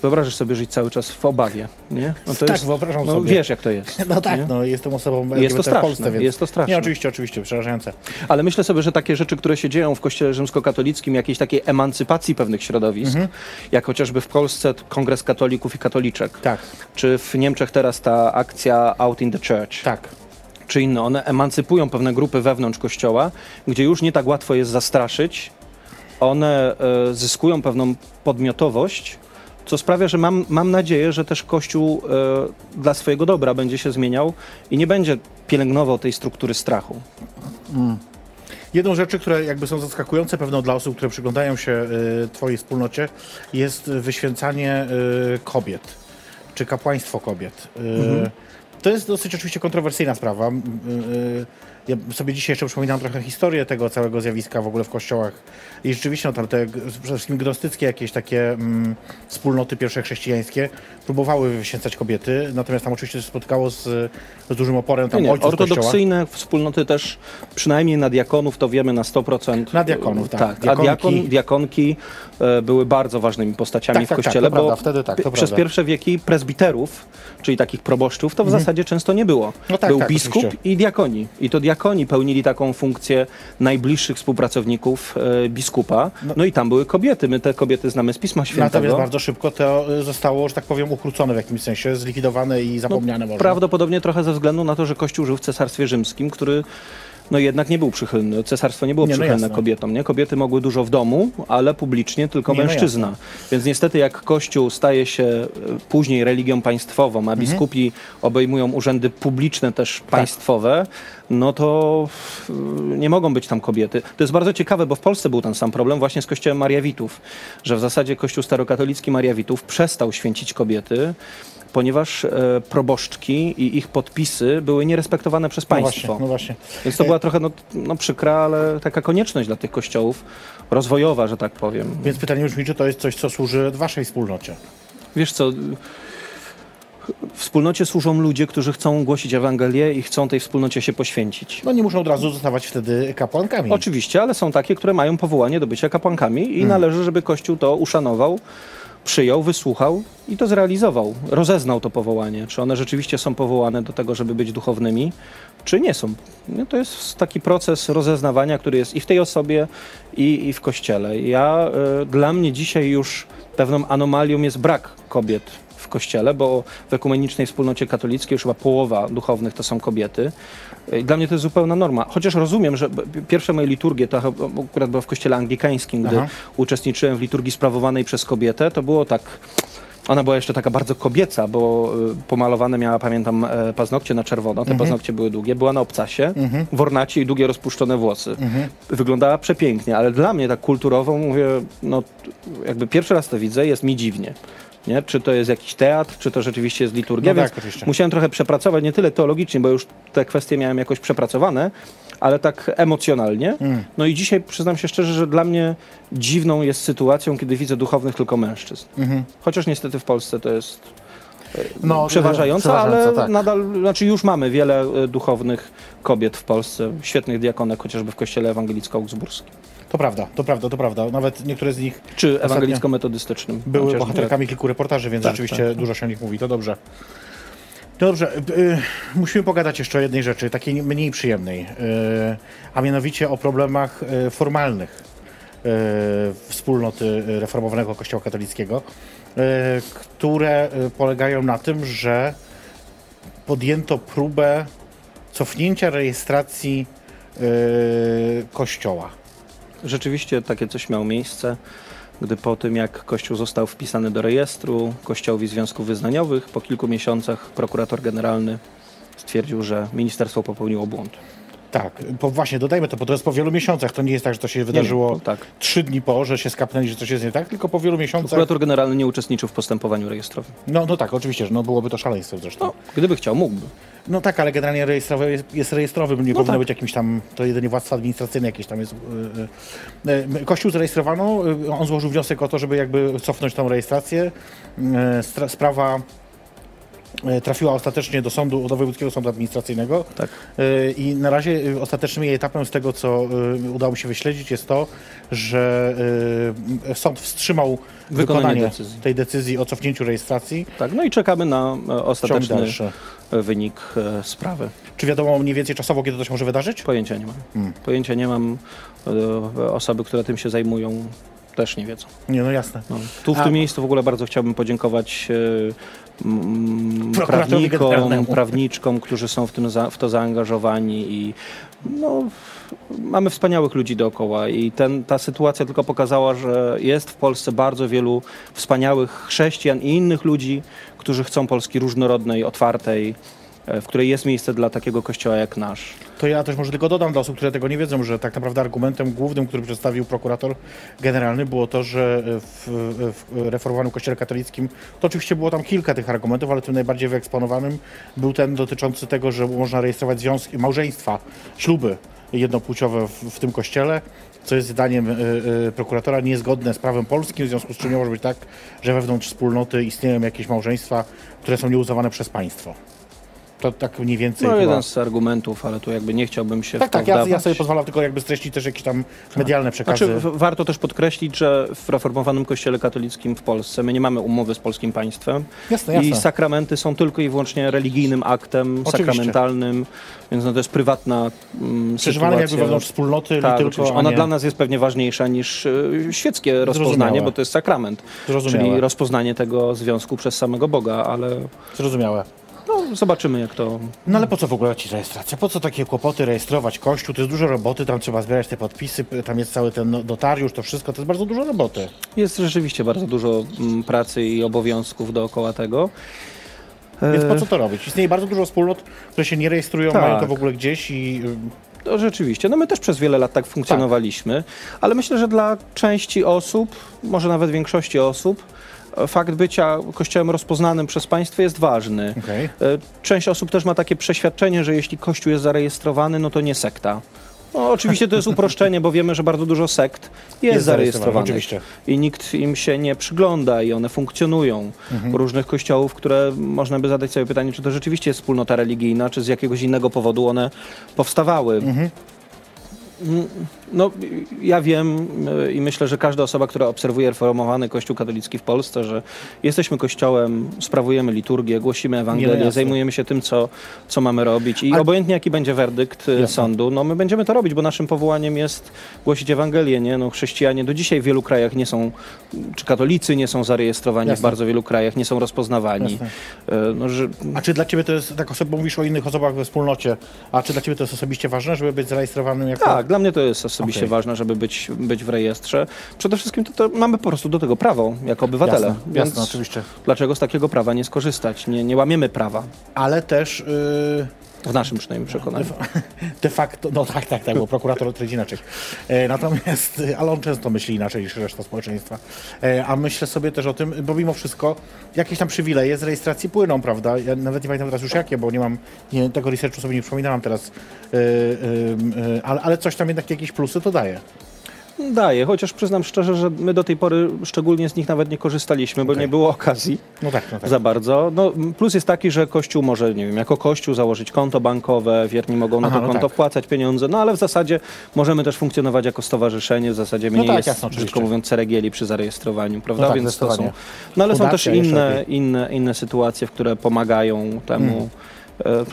Wyobrażasz sobie żyć cały czas w obawie, nie? No to tak, jest, wyobrażam no, sobie. Wiesz, jak to jest. No tak, nie? no jestem osobą Jest to w straszne, Polsce, więc... jest to straszne. Nie, oczywiście, oczywiście, przerażające. Ale myślę sobie, że takie rzeczy, które się dzieją w Kościele rzymskokatolickim, jakiejś takiej emancypacji pewnych środowisk, mhm. jak chociażby w Polsce Kongres Katolików i Katoliczek, tak. czy w Niemczech teraz ta akcja Out in the Church, tak. czy inne, one emancypują pewne grupy wewnątrz Kościoła, gdzie już nie tak łatwo jest zastraszyć, one e, zyskują pewną podmiotowość, co sprawia, że mam, mam nadzieję, że też Kościół e, dla swojego dobra będzie się zmieniał i nie będzie pielęgnował tej struktury strachu. Mm. Jedną z rzeczy, które jakby są zaskakujące pewno dla osób, które przyglądają się y, twojej wspólnocie, jest wyświęcanie y, kobiet, czy kapłaństwo kobiet. Y, mhm. To jest dosyć oczywiście kontrowersyjna sprawa. Y, y, Ja sobie dzisiaj jeszcze przypominam trochę historię tego całego zjawiska w ogóle w kościołach. I rzeczywiście no, tam te przede wszystkim gnostyckie jakieś takie mm, wspólnoty pierwsze chrześcijańskie próbowały wyświęcać kobiety, natomiast tam oczywiście się spotkało z, z dużym oporem tam nie, nie, ojców ortodoksyjne kościoła. Wspólnoty też, przynajmniej na diakonów, to wiemy na sto procent. Na diakonów, tak. tak. Diakonki. A diakon, diakonki e, były bardzo ważnymi postaciami tak, w tak, Kościele, tak, to bo prawda, wtedy tak, to przez prawda. pierwsze wieki prezbiterów, czyli takich proboszczów, to w mhm. zasadzie często nie było. No tak, Był tak, biskup oczywiście. i diakoni. I to diakoni pełnili taką funkcję najbliższych współpracowników e, biskupa. No. no i tam były kobiety. My te kobiety znamy z Pisma Świętego. Natomiast bardzo szybko to zostało, że tak powiem, ukrócone w jakimś sensie, zlikwidowane i zapomniane no, może. Prawdopodobnie trochę ze względu na to, że Kościół żył w Cesarstwie Rzymskim, który no jednak nie był przychylny. Cesarstwo nie było nie, no przychylne jasne. kobietom. Nie? Kobiety mogły dużo w domu, ale publicznie tylko nie, mężczyzna. No Więc niestety jak Kościół staje się później religią państwową, a mhm. biskupi obejmują urzędy publiczne też państwowe, no to nie mogą być tam kobiety. To jest bardzo ciekawe, bo w Polsce był ten sam problem właśnie z kościołem Mariawitów, że w zasadzie Kościół starokatolicki Mariawitów przestał święcić kobiety, ponieważ e, proboszczki i ich podpisy były nierespektowane przez państwo. No właśnie, no właśnie. Więc to była trochę no, no, przykra, ale taka konieczność dla tych kościołów rozwojowa, że tak powiem. Więc pytanie brzmi, czy to jest coś, co służy waszej wspólnocie? Wiesz co, w wspólnocie służą ludzie, którzy chcą głosić Ewangelię i chcą tej wspólnocie się poświęcić. No nie muszą od razu zostawać wtedy kapłankami. Oczywiście, ale są takie, które mają powołanie do bycia kapłankami i hmm. należy, żeby Kościół to uszanował, przyjął, wysłuchał i to zrealizował. Rozeznał to powołanie. Czy one rzeczywiście są powołane do tego, żeby być duchownymi, czy nie są. No, to jest taki proces rozeznawania, który jest i w tej osobie, i, i w Kościele. Ja, y, dla mnie dzisiaj już pewną anomalią jest brak kobiet w Kościele, bo w ekumenicznej wspólnocie katolickiej już chyba połowa duchownych to są kobiety. Dla mnie to jest zupełna norma. Chociaż rozumiem, że pierwsze moje liturgie, to akurat było w kościele anglikańskim, gdy Aha. uczestniczyłem w liturgii sprawowanej przez kobietę, to było tak... Ona była jeszcze taka bardzo kobieca, bo pomalowane miała, pamiętam, paznokcie na czerwono. Te mhm. paznokcie były długie. Była na obcasie, mhm. w ornacie i długie rozpuszczone włosy. Mhm. Wyglądała przepięknie, ale dla mnie tak kulturowo, mówię, no jakby pierwszy raz to widzę, jest mi dziwnie. Nie? Czy to jest jakiś teatr, czy to rzeczywiście jest liturgia, no więc tak, oczywiście. Musiałem trochę przepracować, nie tyle teologicznie, bo już te kwestie miałem jakoś przepracowane, ale tak emocjonalnie. Mm. No i dzisiaj przyznam się szczerze, że dla mnie dziwną jest sytuacją, kiedy widzę duchownych tylko mężczyzn. Mm-hmm. Chociaż niestety w Polsce to jest no, przeważające, ale tak. nadal, znaczy już mamy wiele duchownych kobiet w Polsce, świetnych diakonek, chociażby w kościele ewangelicko-augsburskim. To prawda, to prawda, to prawda. Nawet niektóre z nich... Czy ewangelicko-metodystycznym. Były bohaterkami kilku reportaży, więc tak, rzeczywiście tak. dużo się o nich mówi. To dobrze. To dobrze. Yy, musimy pogadać jeszcze o jednej rzeczy, takiej mniej przyjemnej, yy, a mianowicie o problemach yy, formalnych yy, wspólnoty reformowanego Kościoła katolickiego, yy, które yy, polegają na tym, że podjęto próbę cofnięcia rejestracji yy, Kościoła. Rzeczywiście takie coś miało miejsce, gdy po tym jak Kościół został wpisany do rejestru Kościołów i Związków Wyznaniowych, po kilku miesiącach prokurator generalny stwierdził, że ministerstwo popełniło błąd. Tak, po, właśnie dodajmy to, bo to jest po wielu miesiącach. To nie jest tak, że to się wydarzyło nie, tak. trzy dni po, że się skapnęli, że coś jest nie tak, tylko po wielu miesiącach. Prokurator generalny nie uczestniczył w postępowaniu rejestrowym. No, no tak, oczywiście, że no, byłoby to szaleństwo zresztą. No, gdyby chciał, mógłby. No tak, ale generalnie rejestrowy jest, jest rejestrowy, nie no powinno tak. być jakimś tam, to jedynie władztwo administracyjne jakieś tam jest. Yy, yy. Kościół zarejestrowano, on złożył wniosek o to, żeby jakby cofnąć tą rejestrację. Yy, sprawa trafiła ostatecznie do sądu, do Wojewódzkiego Sądu Administracyjnego. Tak. I na razie ostatecznym jej etapem z tego, co udało mi się wyśledzić, jest to, że sąd wstrzymał wykonanie, wykonanie decyzji. tej decyzji o cofnięciu rejestracji. Tak, no i czekamy na ostateczny wynik sprawy. Czy wiadomo mniej więcej czasowo, kiedy to się może wydarzyć? Pojęcia nie mam. Hmm. Pojęcia nie mam. Osoby, które tym się zajmują, też nie wiedzą. Nie, no jasne. No. Tu w A. tym miejscu w ogóle bardzo chciałbym podziękować mm, prawnikom, prawniczkom, którzy są w, tym za, w to zaangażowani i no, mamy wspaniałych ludzi dookoła i ten, ta sytuacja tylko pokazała, że jest w Polsce bardzo wielu wspaniałych chrześcijan i innych ludzi, którzy chcą Polski różnorodnej, otwartej, w której jest miejsce dla takiego kościoła jak nasz. To ja też może tylko dodam dla osób, które tego nie wiedzą, że tak naprawdę argumentem głównym, który przedstawił prokurator generalny, było to, że w, w reformowanym kościele katolickim, to oczywiście było tam kilka tych argumentów, ale tym najbardziej wyeksponowanym był ten dotyczący tego, że można rejestrować związki, małżeństwa, śluby jednopłciowe w, w tym kościele, co jest zdaniem y, y, prokuratora niezgodne z prawem polskim, w związku z czym nie może być tak, że wewnątrz wspólnoty istnieją jakieś małżeństwa, które są nieuznawane przez państwo. To tak mniej więcej. No chyba... jeden z argumentów, ale tu jakby nie chciałbym się Tak, w to tak, ja, wdawać. ja sobie pozwalam tylko jakby streścić też jakieś tam medialne przekazy. Znaczy, warto też podkreślić, że w reformowanym kościele katolickim w Polsce my nie mamy umowy z polskim państwem. Jasne, jasne. I sakramenty są tylko i wyłącznie religijnym aktem Oczywiście. sakramentalnym, więc no to jest prywatna um, Przeżywane jakby wewnątrz wspólnoty. Tak, tylko, oczywiście. Ona nie... dla nas jest pewnie ważniejsza niż y, świeckie rozpoznanie, bo to jest sakrament. Zrozumiałe. Czyli rozpoznanie tego związku przez samego Boga, ale... Zrozumiałe. No, zobaczymy jak to... No ale po co w ogóle ci rejestracja? Po co takie kłopoty rejestrować kościół? To jest dużo roboty, tam trzeba zbierać te podpisy, tam jest cały ten notariusz, to wszystko, to jest bardzo dużo roboty. Jest rzeczywiście bardzo dużo m, pracy i obowiązków dookoła tego. Więc po co to robić? Istnieje bardzo dużo wspólnot, które się nie rejestrują, tak. mają to w ogóle gdzieś i... To rzeczywiście. No my też przez wiele lat tak funkcjonowaliśmy, tak. ale myślę, że dla części osób, może nawet większości osób, fakt bycia kościołem rozpoznanym przez państwo jest ważny. Okay. Część osób też ma takie przeświadczenie, że jeśli kościół jest zarejestrowany, no to nie sekta. No, oczywiście to jest uproszczenie, bo wiemy, że bardzo dużo sekt jest, jest zarejestrowanych i nikt im się nie przygląda i one funkcjonują. Mhm. Różnych kościołów, które można by zadać sobie pytanie, czy to rzeczywiście jest wspólnota religijna, czy z jakiegoś innego powodu one powstawały. Mhm. No, ja wiem i myślę, że każda osoba, która obserwuje reformowany Kościół katolicki w Polsce, że jesteśmy kościołem, sprawujemy liturgię, głosimy Ewangelię, zajmujemy się tym, co, co mamy robić i A... obojętnie jaki będzie werdykt jasne. sądu, no my będziemy to robić, bo naszym powołaniem jest głosić Ewangelię, nie? No, chrześcijanie do dzisiaj w wielu krajach nie są, czy katolicy nie są zarejestrowani jasne. w bardzo wielu krajach, nie są rozpoznawani. No, że... A czy dla ciebie to jest, tak osoba, mówisz o innych osobach we wspólnocie, a czy dla ciebie to jest osobiście ważne, żeby być zarejestrowanym jako... Tak, dla mnie to jest osobiście okay. ważne, żeby być, być w rejestrze. Przede wszystkim to, to mamy po prostu do tego prawo, jako obywatele. Jasne, Więc jasne, oczywiście. Dlaczego z takiego prawa nie skorzystać? Nie, nie łamiemy prawa. Ale też... Yy... W naszym przynajmniej przekonaniu. De facto, no tak, tak, tak, bo prokurator twierdzi inaczej. E, natomiast, ale on często myśli inaczej niż reszta społeczeństwa. E, a myślę sobie też o tym, bo mimo wszystko jakieś tam przywileje z rejestracji płyną, prawda? Ja nawet nie pamiętam teraz już jakie, bo nie mam, nie, tego researchu sobie nie przypominałam teraz, e, e, e, ale, ale coś tam jednak jakieś plusy to daje. Daje, chociaż przyznam szczerze, że my do tej pory szczególnie z nich nawet nie korzystaliśmy, okay. bo nie było okazji no tak, no tak. za bardzo. No, plus jest taki, że Kościół może, nie wiem, jako Kościół założyć konto bankowe, wierni mogą na Aha, to konto no tak. wpłacać pieniądze, no ale w zasadzie możemy też funkcjonować jako stowarzyszenie, w zasadzie mniej no tak, jest, jasno, brzydko mówiąc, ceregieli przy zarejestrowaniu, prawda? No tak, Więc to są, no ale Fundacja są też inne, inne, inne sytuacje, które pomagają temu. Hmm.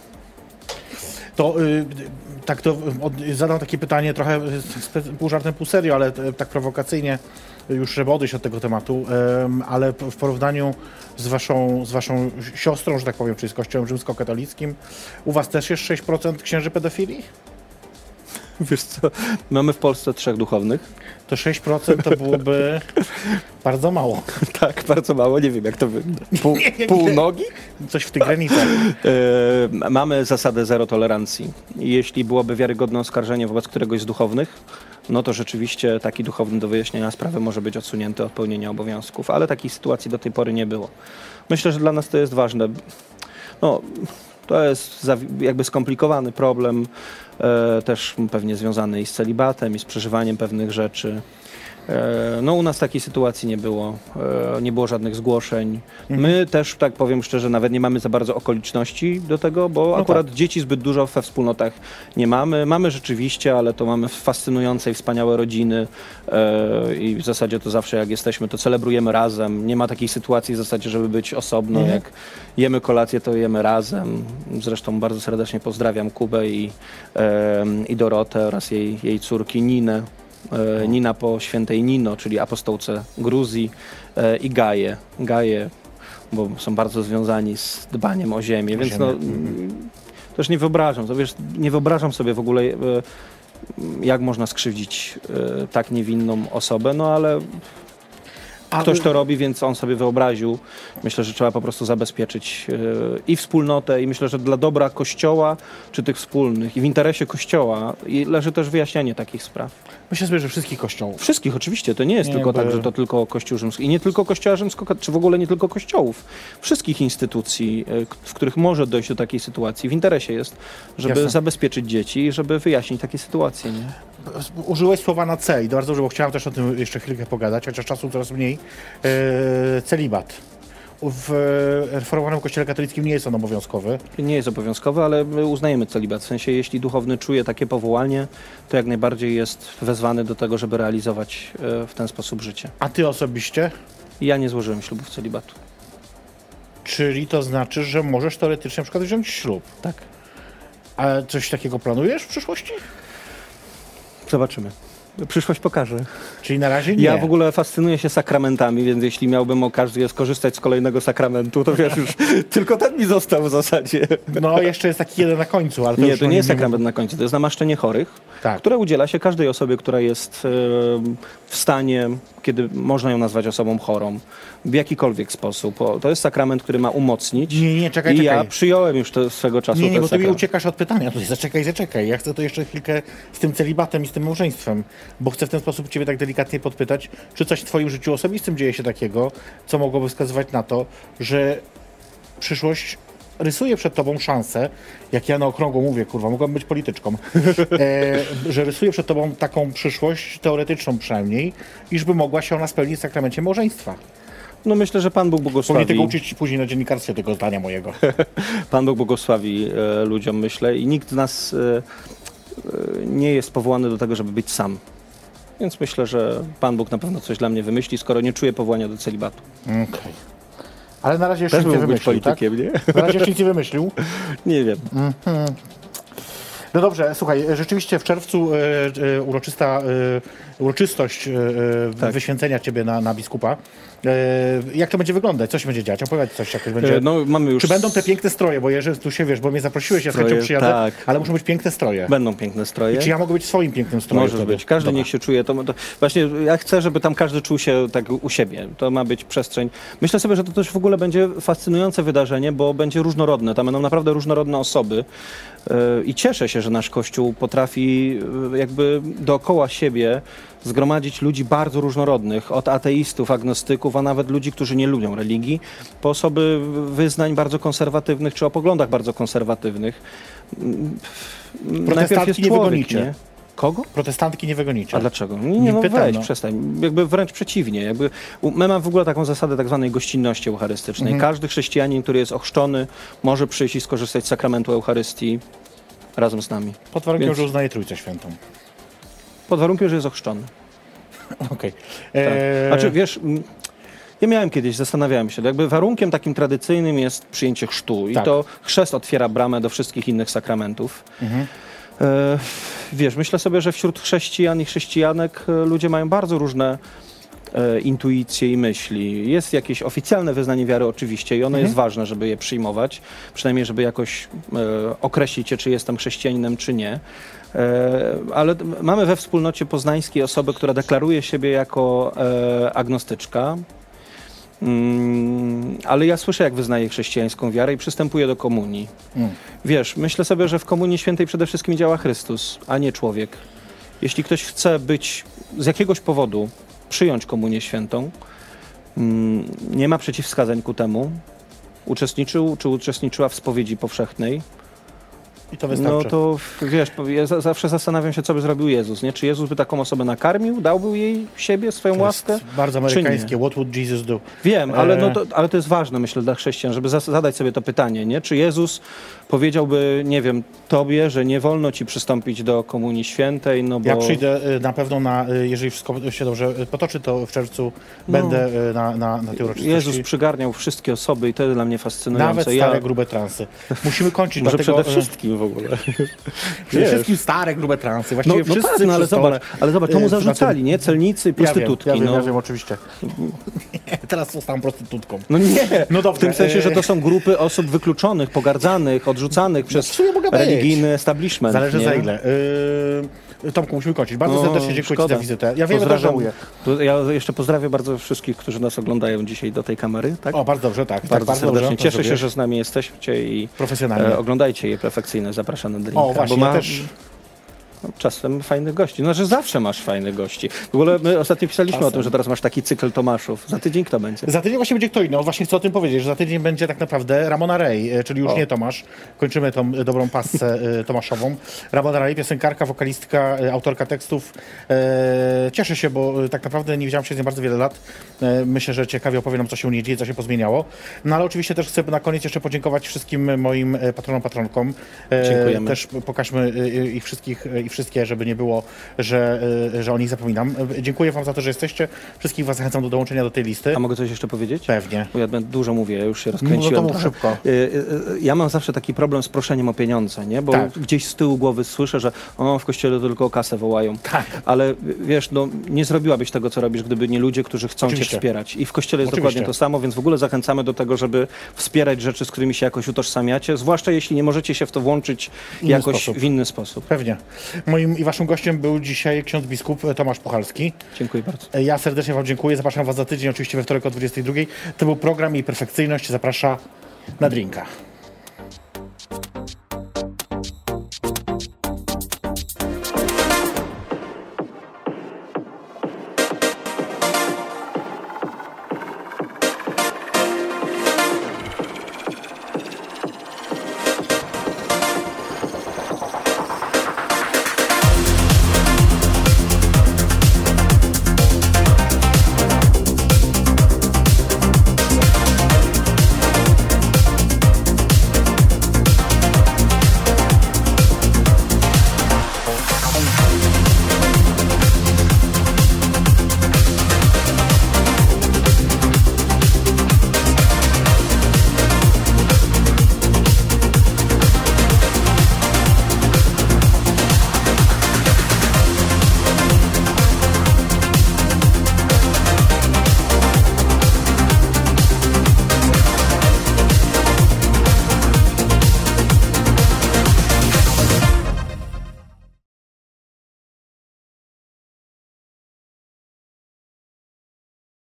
To y, tak to od, zadam takie pytanie trochę pół żartem, pół serio, ale tak prowokacyjnie, już żeby odejść od tego tematu, um, ale w porównaniu z waszą, z waszą siostrą, że tak powiem, czyli z Kościołem rzymskokatolickim, u was też jest sześć procent księży pedofili? Wiesz co, mamy w Polsce trzech duchownych. To sześć procent to byłoby bardzo mało. Tak, bardzo mało, nie wiem jak to wygląda. Pół, pół nogi? Coś w tych granicach. Yy, mamy zasadę zero tolerancji. Jeśli byłoby wiarygodne oskarżenie wobec któregoś z duchownych, no to rzeczywiście taki duchowny do wyjaśnienia sprawy może być odsunięty od pełnienia obowiązków, ale takiej sytuacji do tej pory nie było. Myślę, że dla nas to jest ważne. No, to jest jakby skomplikowany problem. e, też pewnie związany i z celibatem, i z przeżywaniem pewnych rzeczy. No u nas takiej sytuacji nie było, nie było żadnych zgłoszeń. My też, tak powiem szczerze, nawet nie mamy za bardzo okoliczności do tego, bo no akurat tak. dzieci zbyt dużo we wspólnotach nie mamy. Mamy rzeczywiście, ale to mamy fascynujące i wspaniałe rodziny i w zasadzie to zawsze jak jesteśmy, to celebrujemy razem. Nie ma takiej sytuacji w zasadzie, żeby być osobno. Mhm. Jak jemy kolację, to jemy razem. Zresztą bardzo serdecznie pozdrawiam Kubę i, i Dorotę oraz jej, jej córki Ninę. Nina po świętej Nino, czyli apostołce Gruzji, i Gaję. Gaję, bo są bardzo związani z dbaniem o ziemię, o więc ziemię. No, też nie wyobrażam sobie, wiesz, nie wyobrażam sobie w ogóle, jak można skrzywdzić tak niewinną osobę, no ale ktoś to robi, więc on sobie wyobraził. Myślę, że trzeba po prostu zabezpieczyć yy, i wspólnotę, i myślę, że dla dobra Kościoła, czy tych wspólnych, i w interesie Kościoła i leży też wyjaśnianie takich spraw. Myślę sobie, że wszystkich kościołów. Wszystkich, oczywiście. To nie jest nie, tylko tak, że to tylko Kościół rzymski. I nie tylko Kościoła rzymskiego, czy w ogóle nie tylko kościołów. Wszystkich instytucji, yy, w których może dojść do takiej sytuacji. W interesie jest, żeby Jasne. zabezpieczyć dzieci i żeby wyjaśnić takie sytuacje. Nie? Użyłeś słowa na C i bardzo dobrze, bo chciałem też o tym jeszcze chwilkę pogadać, chociaż czasu coraz mniej. E, celibat. W reformowanym Kościele katolickim nie jest on obowiązkowy. Nie jest obowiązkowy, ale my uznajemy celibat. W sensie, jeśli duchowny czuje takie powołanie, to jak najbardziej jest wezwany do tego, żeby realizować w ten sposób życie. A ty osobiście? Ja nie złożyłem ślubów celibatu. Czyli to znaczy, że możesz teoretycznie na przykład wziąć ślub? Tak. A coś takiego planujesz w przyszłości? Zobaczymy. Przyszłość pokaże. Czyli na razie nie. Ja w ogóle fascynuję się sakramentami, więc jeśli miałbym okazję skorzystać z kolejnego sakramentu, to wiesz, już tylko ten mi został w zasadzie. No, jeszcze jest taki jeden na końcu. Ale to nie, to nie jest sakrament na końcu, to jest namaszczenie chorych, tak. które udziela się każdej osobie, która jest w stanie, kiedy można ją nazwać osobą chorą, w jakikolwiek sposób. To jest sakrament, który ma umocnić. Nie, nie, czekaj, I czekaj. ja przyjąłem już to swego czasu. Nie, nie, bo ty mi sakrament. uciekasz od pytania. Tutaj zaczekaj, zaczekaj. Ja chcę to jeszcze chwilkę z tym celibatem i z tym małżeństwem, bo chcę w ten sposób ciebie tak delikatnie podpytać, czy coś w twoim życiu osobistym dzieje się takiego, co mogłoby wskazywać na to, że przyszłość rysuje przed tobą szansę, jak ja na okrągło mówię, kurwa, mogłabym być polityczką, e, że rysuje przed tobą taką przyszłość, teoretyczną przynajmniej, iżby mogła się ona spełnić w sakramencie małżeństwa. No myślę, że Pan Bóg błogosławi. Powinien tego uczyć ci później na dziennikarstwie, tego zdania mojego. Pan Bóg błogosławi e, ludziom, myślę, i nikt z nas e, e, nie jest powołany do tego, żeby być sam. Więc myślę, że Pan Bóg na pewno coś dla mnie wymyśli, skoro nie czuję powołania do celibatu. Okej. Okay. Ale na razie jeszcze Też nic nie być wymyślił, politykiem, tak? nie? Na razie jeszcze nic nie wymyślił. Nie wiem. Mm-hmm. No dobrze, słuchaj, rzeczywiście w czerwcu e, e, uroczysta, e, uroczystość e, tak. wyświęcenia ciebie na, na biskupa. E, jak to będzie wyglądać? Co się będzie dziać? Opowiedz coś, jak będzie. E, no, mamy już... Czy będą te piękne stroje? Bo jeżeli tu się wiesz, bo mnie zaprosiłeś, ja z chęcią przyjadę, tak. ale muszą być piękne stroje. Będą piękne stroje. I czy ja mogę być swoim pięknym strojem? Może wtedy? być. Każdy Dobra. niech się czuje. To, to, właśnie ja chcę, żeby tam każdy czuł się tak u siebie. To ma być przestrzeń. Myślę sobie, że to też w ogóle będzie fascynujące wydarzenie, bo będzie różnorodne. Tam będą naprawdę różnorodne osoby. I cieszę się, że nasz Kościół potrafi jakby dookoła siebie zgromadzić ludzi bardzo różnorodnych, od ateistów, agnostyków, a nawet ludzi, którzy nie lubią religii, po osoby wyznań bardzo konserwatywnych, czy o poglądach bardzo konserwatywnych. Najpierw jest nie człowiek, wygonicie. Nie? Kogo? Protestantki nie wygonicie. A dlaczego? Nie, nie no pytam, weź, no. przestań. Jakby wręcz przeciwnie. Jakby, my mamy w ogóle taką zasadę tak zwanej gościnności eucharystycznej. Mhm. Każdy chrześcijanin, który jest ochrzczony, może przyjść i skorzystać z sakramentu Eucharystii razem z nami. Pod warunkiem, Więc... że uznaje Trójcę Świętą. Pod warunkiem, że jest ochrzczony. Okej. Okay. Tak. Eee... Znaczy, wiesz... Ja miałem kiedyś, zastanawiałem się, jakby warunkiem takim tradycyjnym jest przyjęcie chrztu. I tak. to chrzest otwiera bramę do wszystkich innych sakramentów. Mhm. E, wiesz, myślę sobie, że wśród chrześcijan i chrześcijanek ludzie mają bardzo różne e, intuicje i myśli. Jest jakieś oficjalne wyznanie wiary oczywiście i ono mhm. jest ważne, żeby je przyjmować. Przynajmniej, żeby jakoś e, określić się, czy jestem chrześcijaninem, czy nie. E, ale mamy we wspólnocie poznańskiej osobę, która deklaruje siebie jako e, agnostyczka. Mm, ale ja słyszę, jak wyznaje chrześcijańską wiarę i przystępuję do komunii. Mm. Wiesz, myślę sobie, że w Komunii Świętej przede wszystkim działa Chrystus, a nie człowiek. Jeśli ktoś chce być z jakiegoś powodu, przyjąć Komunię Świętą, mm, nie ma przeciwwskazań ku temu. Uczestniczył czy uczestniczyła w spowiedzi powszechnej. I to wystarczy. No to wiesz, ja za, zawsze zastanawiam się, co by zrobił Jezus, nie? Czy Jezus by taką osobę nakarmił, dałby jej siebie, swoją To łaskę? jest bardzo amerykańskie. What would Jesus do? Wiem, ale, no E, to, ale to jest ważne, myślę, dla chrześcijan, żeby zas- zadać sobie to pytanie, nie? Czy Jezus powiedziałby, nie wiem, tobie, że nie wolno ci przystąpić do Komunii Świętej, no bo... Ja przyjdę y, na pewno na, y, jeżeli wszystko się dobrze potoczy, to w czerwcu będę y, na, na, na tej uroczystości. Jezus przygarniał wszystkie osoby i to jest dla mnie fascynujące. Nawet stare, ja... grube transy. Musimy kończyć, Może dlatego... przede wszystkim w ogóle. Przede wszystkim stare, grube transy. Właściwie No, no wszyscy tak, no ale przy stole, zobacz, ale zobacz, to mu y, na zarzucali, tym- nie? Celnicy, prostytutki. Ja wiem, ja wiem, no. ja wiem oczywiście. Teraz zostałem prostytutką. No nie, No dobrze, w tym sensie, że e- to są grupy osób wykluczonych, pogardzanych, odrzucanych przez w sumie mogę być. religijny establishment. Zależy nie? za ile. Yy, Tomku, musimy kończyć. Bardzo No, serdecznie dziękuję szkoda. Ci za wizytę. Ja wiem, że Pozdrawiam. żałuję. To Ja jeszcze pozdrawiam bardzo wszystkich, którzy nas oglądają dzisiaj do tej kamery. Tak? O, bardzo dobrze, tak. bardzo, tak, bardzo serdecznie. dobrze, Cieszę się, zrobiłeś. że z nami jesteście i Profesjonalnie. e, oglądajcie je perfekcyjne. Zapraszam na drinka. O, właśnie, bo ja ma, też... no, czasem fajnych gości. No, że zawsze masz fajnych gości. W ogóle my ostatnio pisaliśmy Czasem. o tym, że teraz masz taki cykl Tomaszów. Za tydzień kto będzie? Za tydzień właśnie będzie kto inny. No właśnie chcę o tym powiedzieć, że za tydzień będzie tak naprawdę Ramona Rey, e, czyli już O. nie Tomasz. Kończymy tą e, dobrą passę e, tomaszową. Ramona Rey, piosenkarka, wokalistka, e, autorka tekstów. E, Cieszę się, bo e, tak naprawdę nie widziałam się z nią bardzo wiele lat. E, Myślę, że ciekawie opowie nam, co się u niej dzieje, co się pozmieniało. No ale oczywiście też chcę na koniec jeszcze podziękować wszystkim moim e, patronom, patronkom. E, Dziękujemy. Też pokażmy e, ich wszystkich e, i wszystkie, żeby nie było, że, e, że o nich zapominam. E, Dziękuję wam za to, że jesteście. Wszystkich was zachęcam do dołączenia do tej listy. A mogę coś jeszcze powiedzieć? Pewnie. Bo ja dużo mówię, ja już się No rozkręciłem. to mów trochę. szybko. Y, y, y, Ja mam zawsze taki problem z proszeniem o pieniądze, nie? Bo Tak. gdzieś z tyłu głowy słyszę, że o, w kościele to tylko o kasę wołają. Tak. Ale y, wiesz, no, nie zrobiłabyś tego, co robisz, gdyby nie ludzie, którzy chcą Oczywiście. cię wspierać. I w kościele jest Oczywiście. dokładnie to samo, więc w ogóle zachęcamy do tego, żeby wspierać rzeczy, z którymi się jakoś utożsamiacie, zwłaszcza jeśli nie możecie się w to włączyć Inny jakoś sposób. w inny sposób. Pewnie. Moim i waszym gościem był dzisiaj ksiądz biskup Tomasz Puchalski. Dziękuję bardzo. Ja serdecznie wam dziękuję. Zapraszam was za tydzień, oczywiście we wtorek o dwudziestej drugiej. To był program Jej Perfekcyjność. Zaprasza na drinka.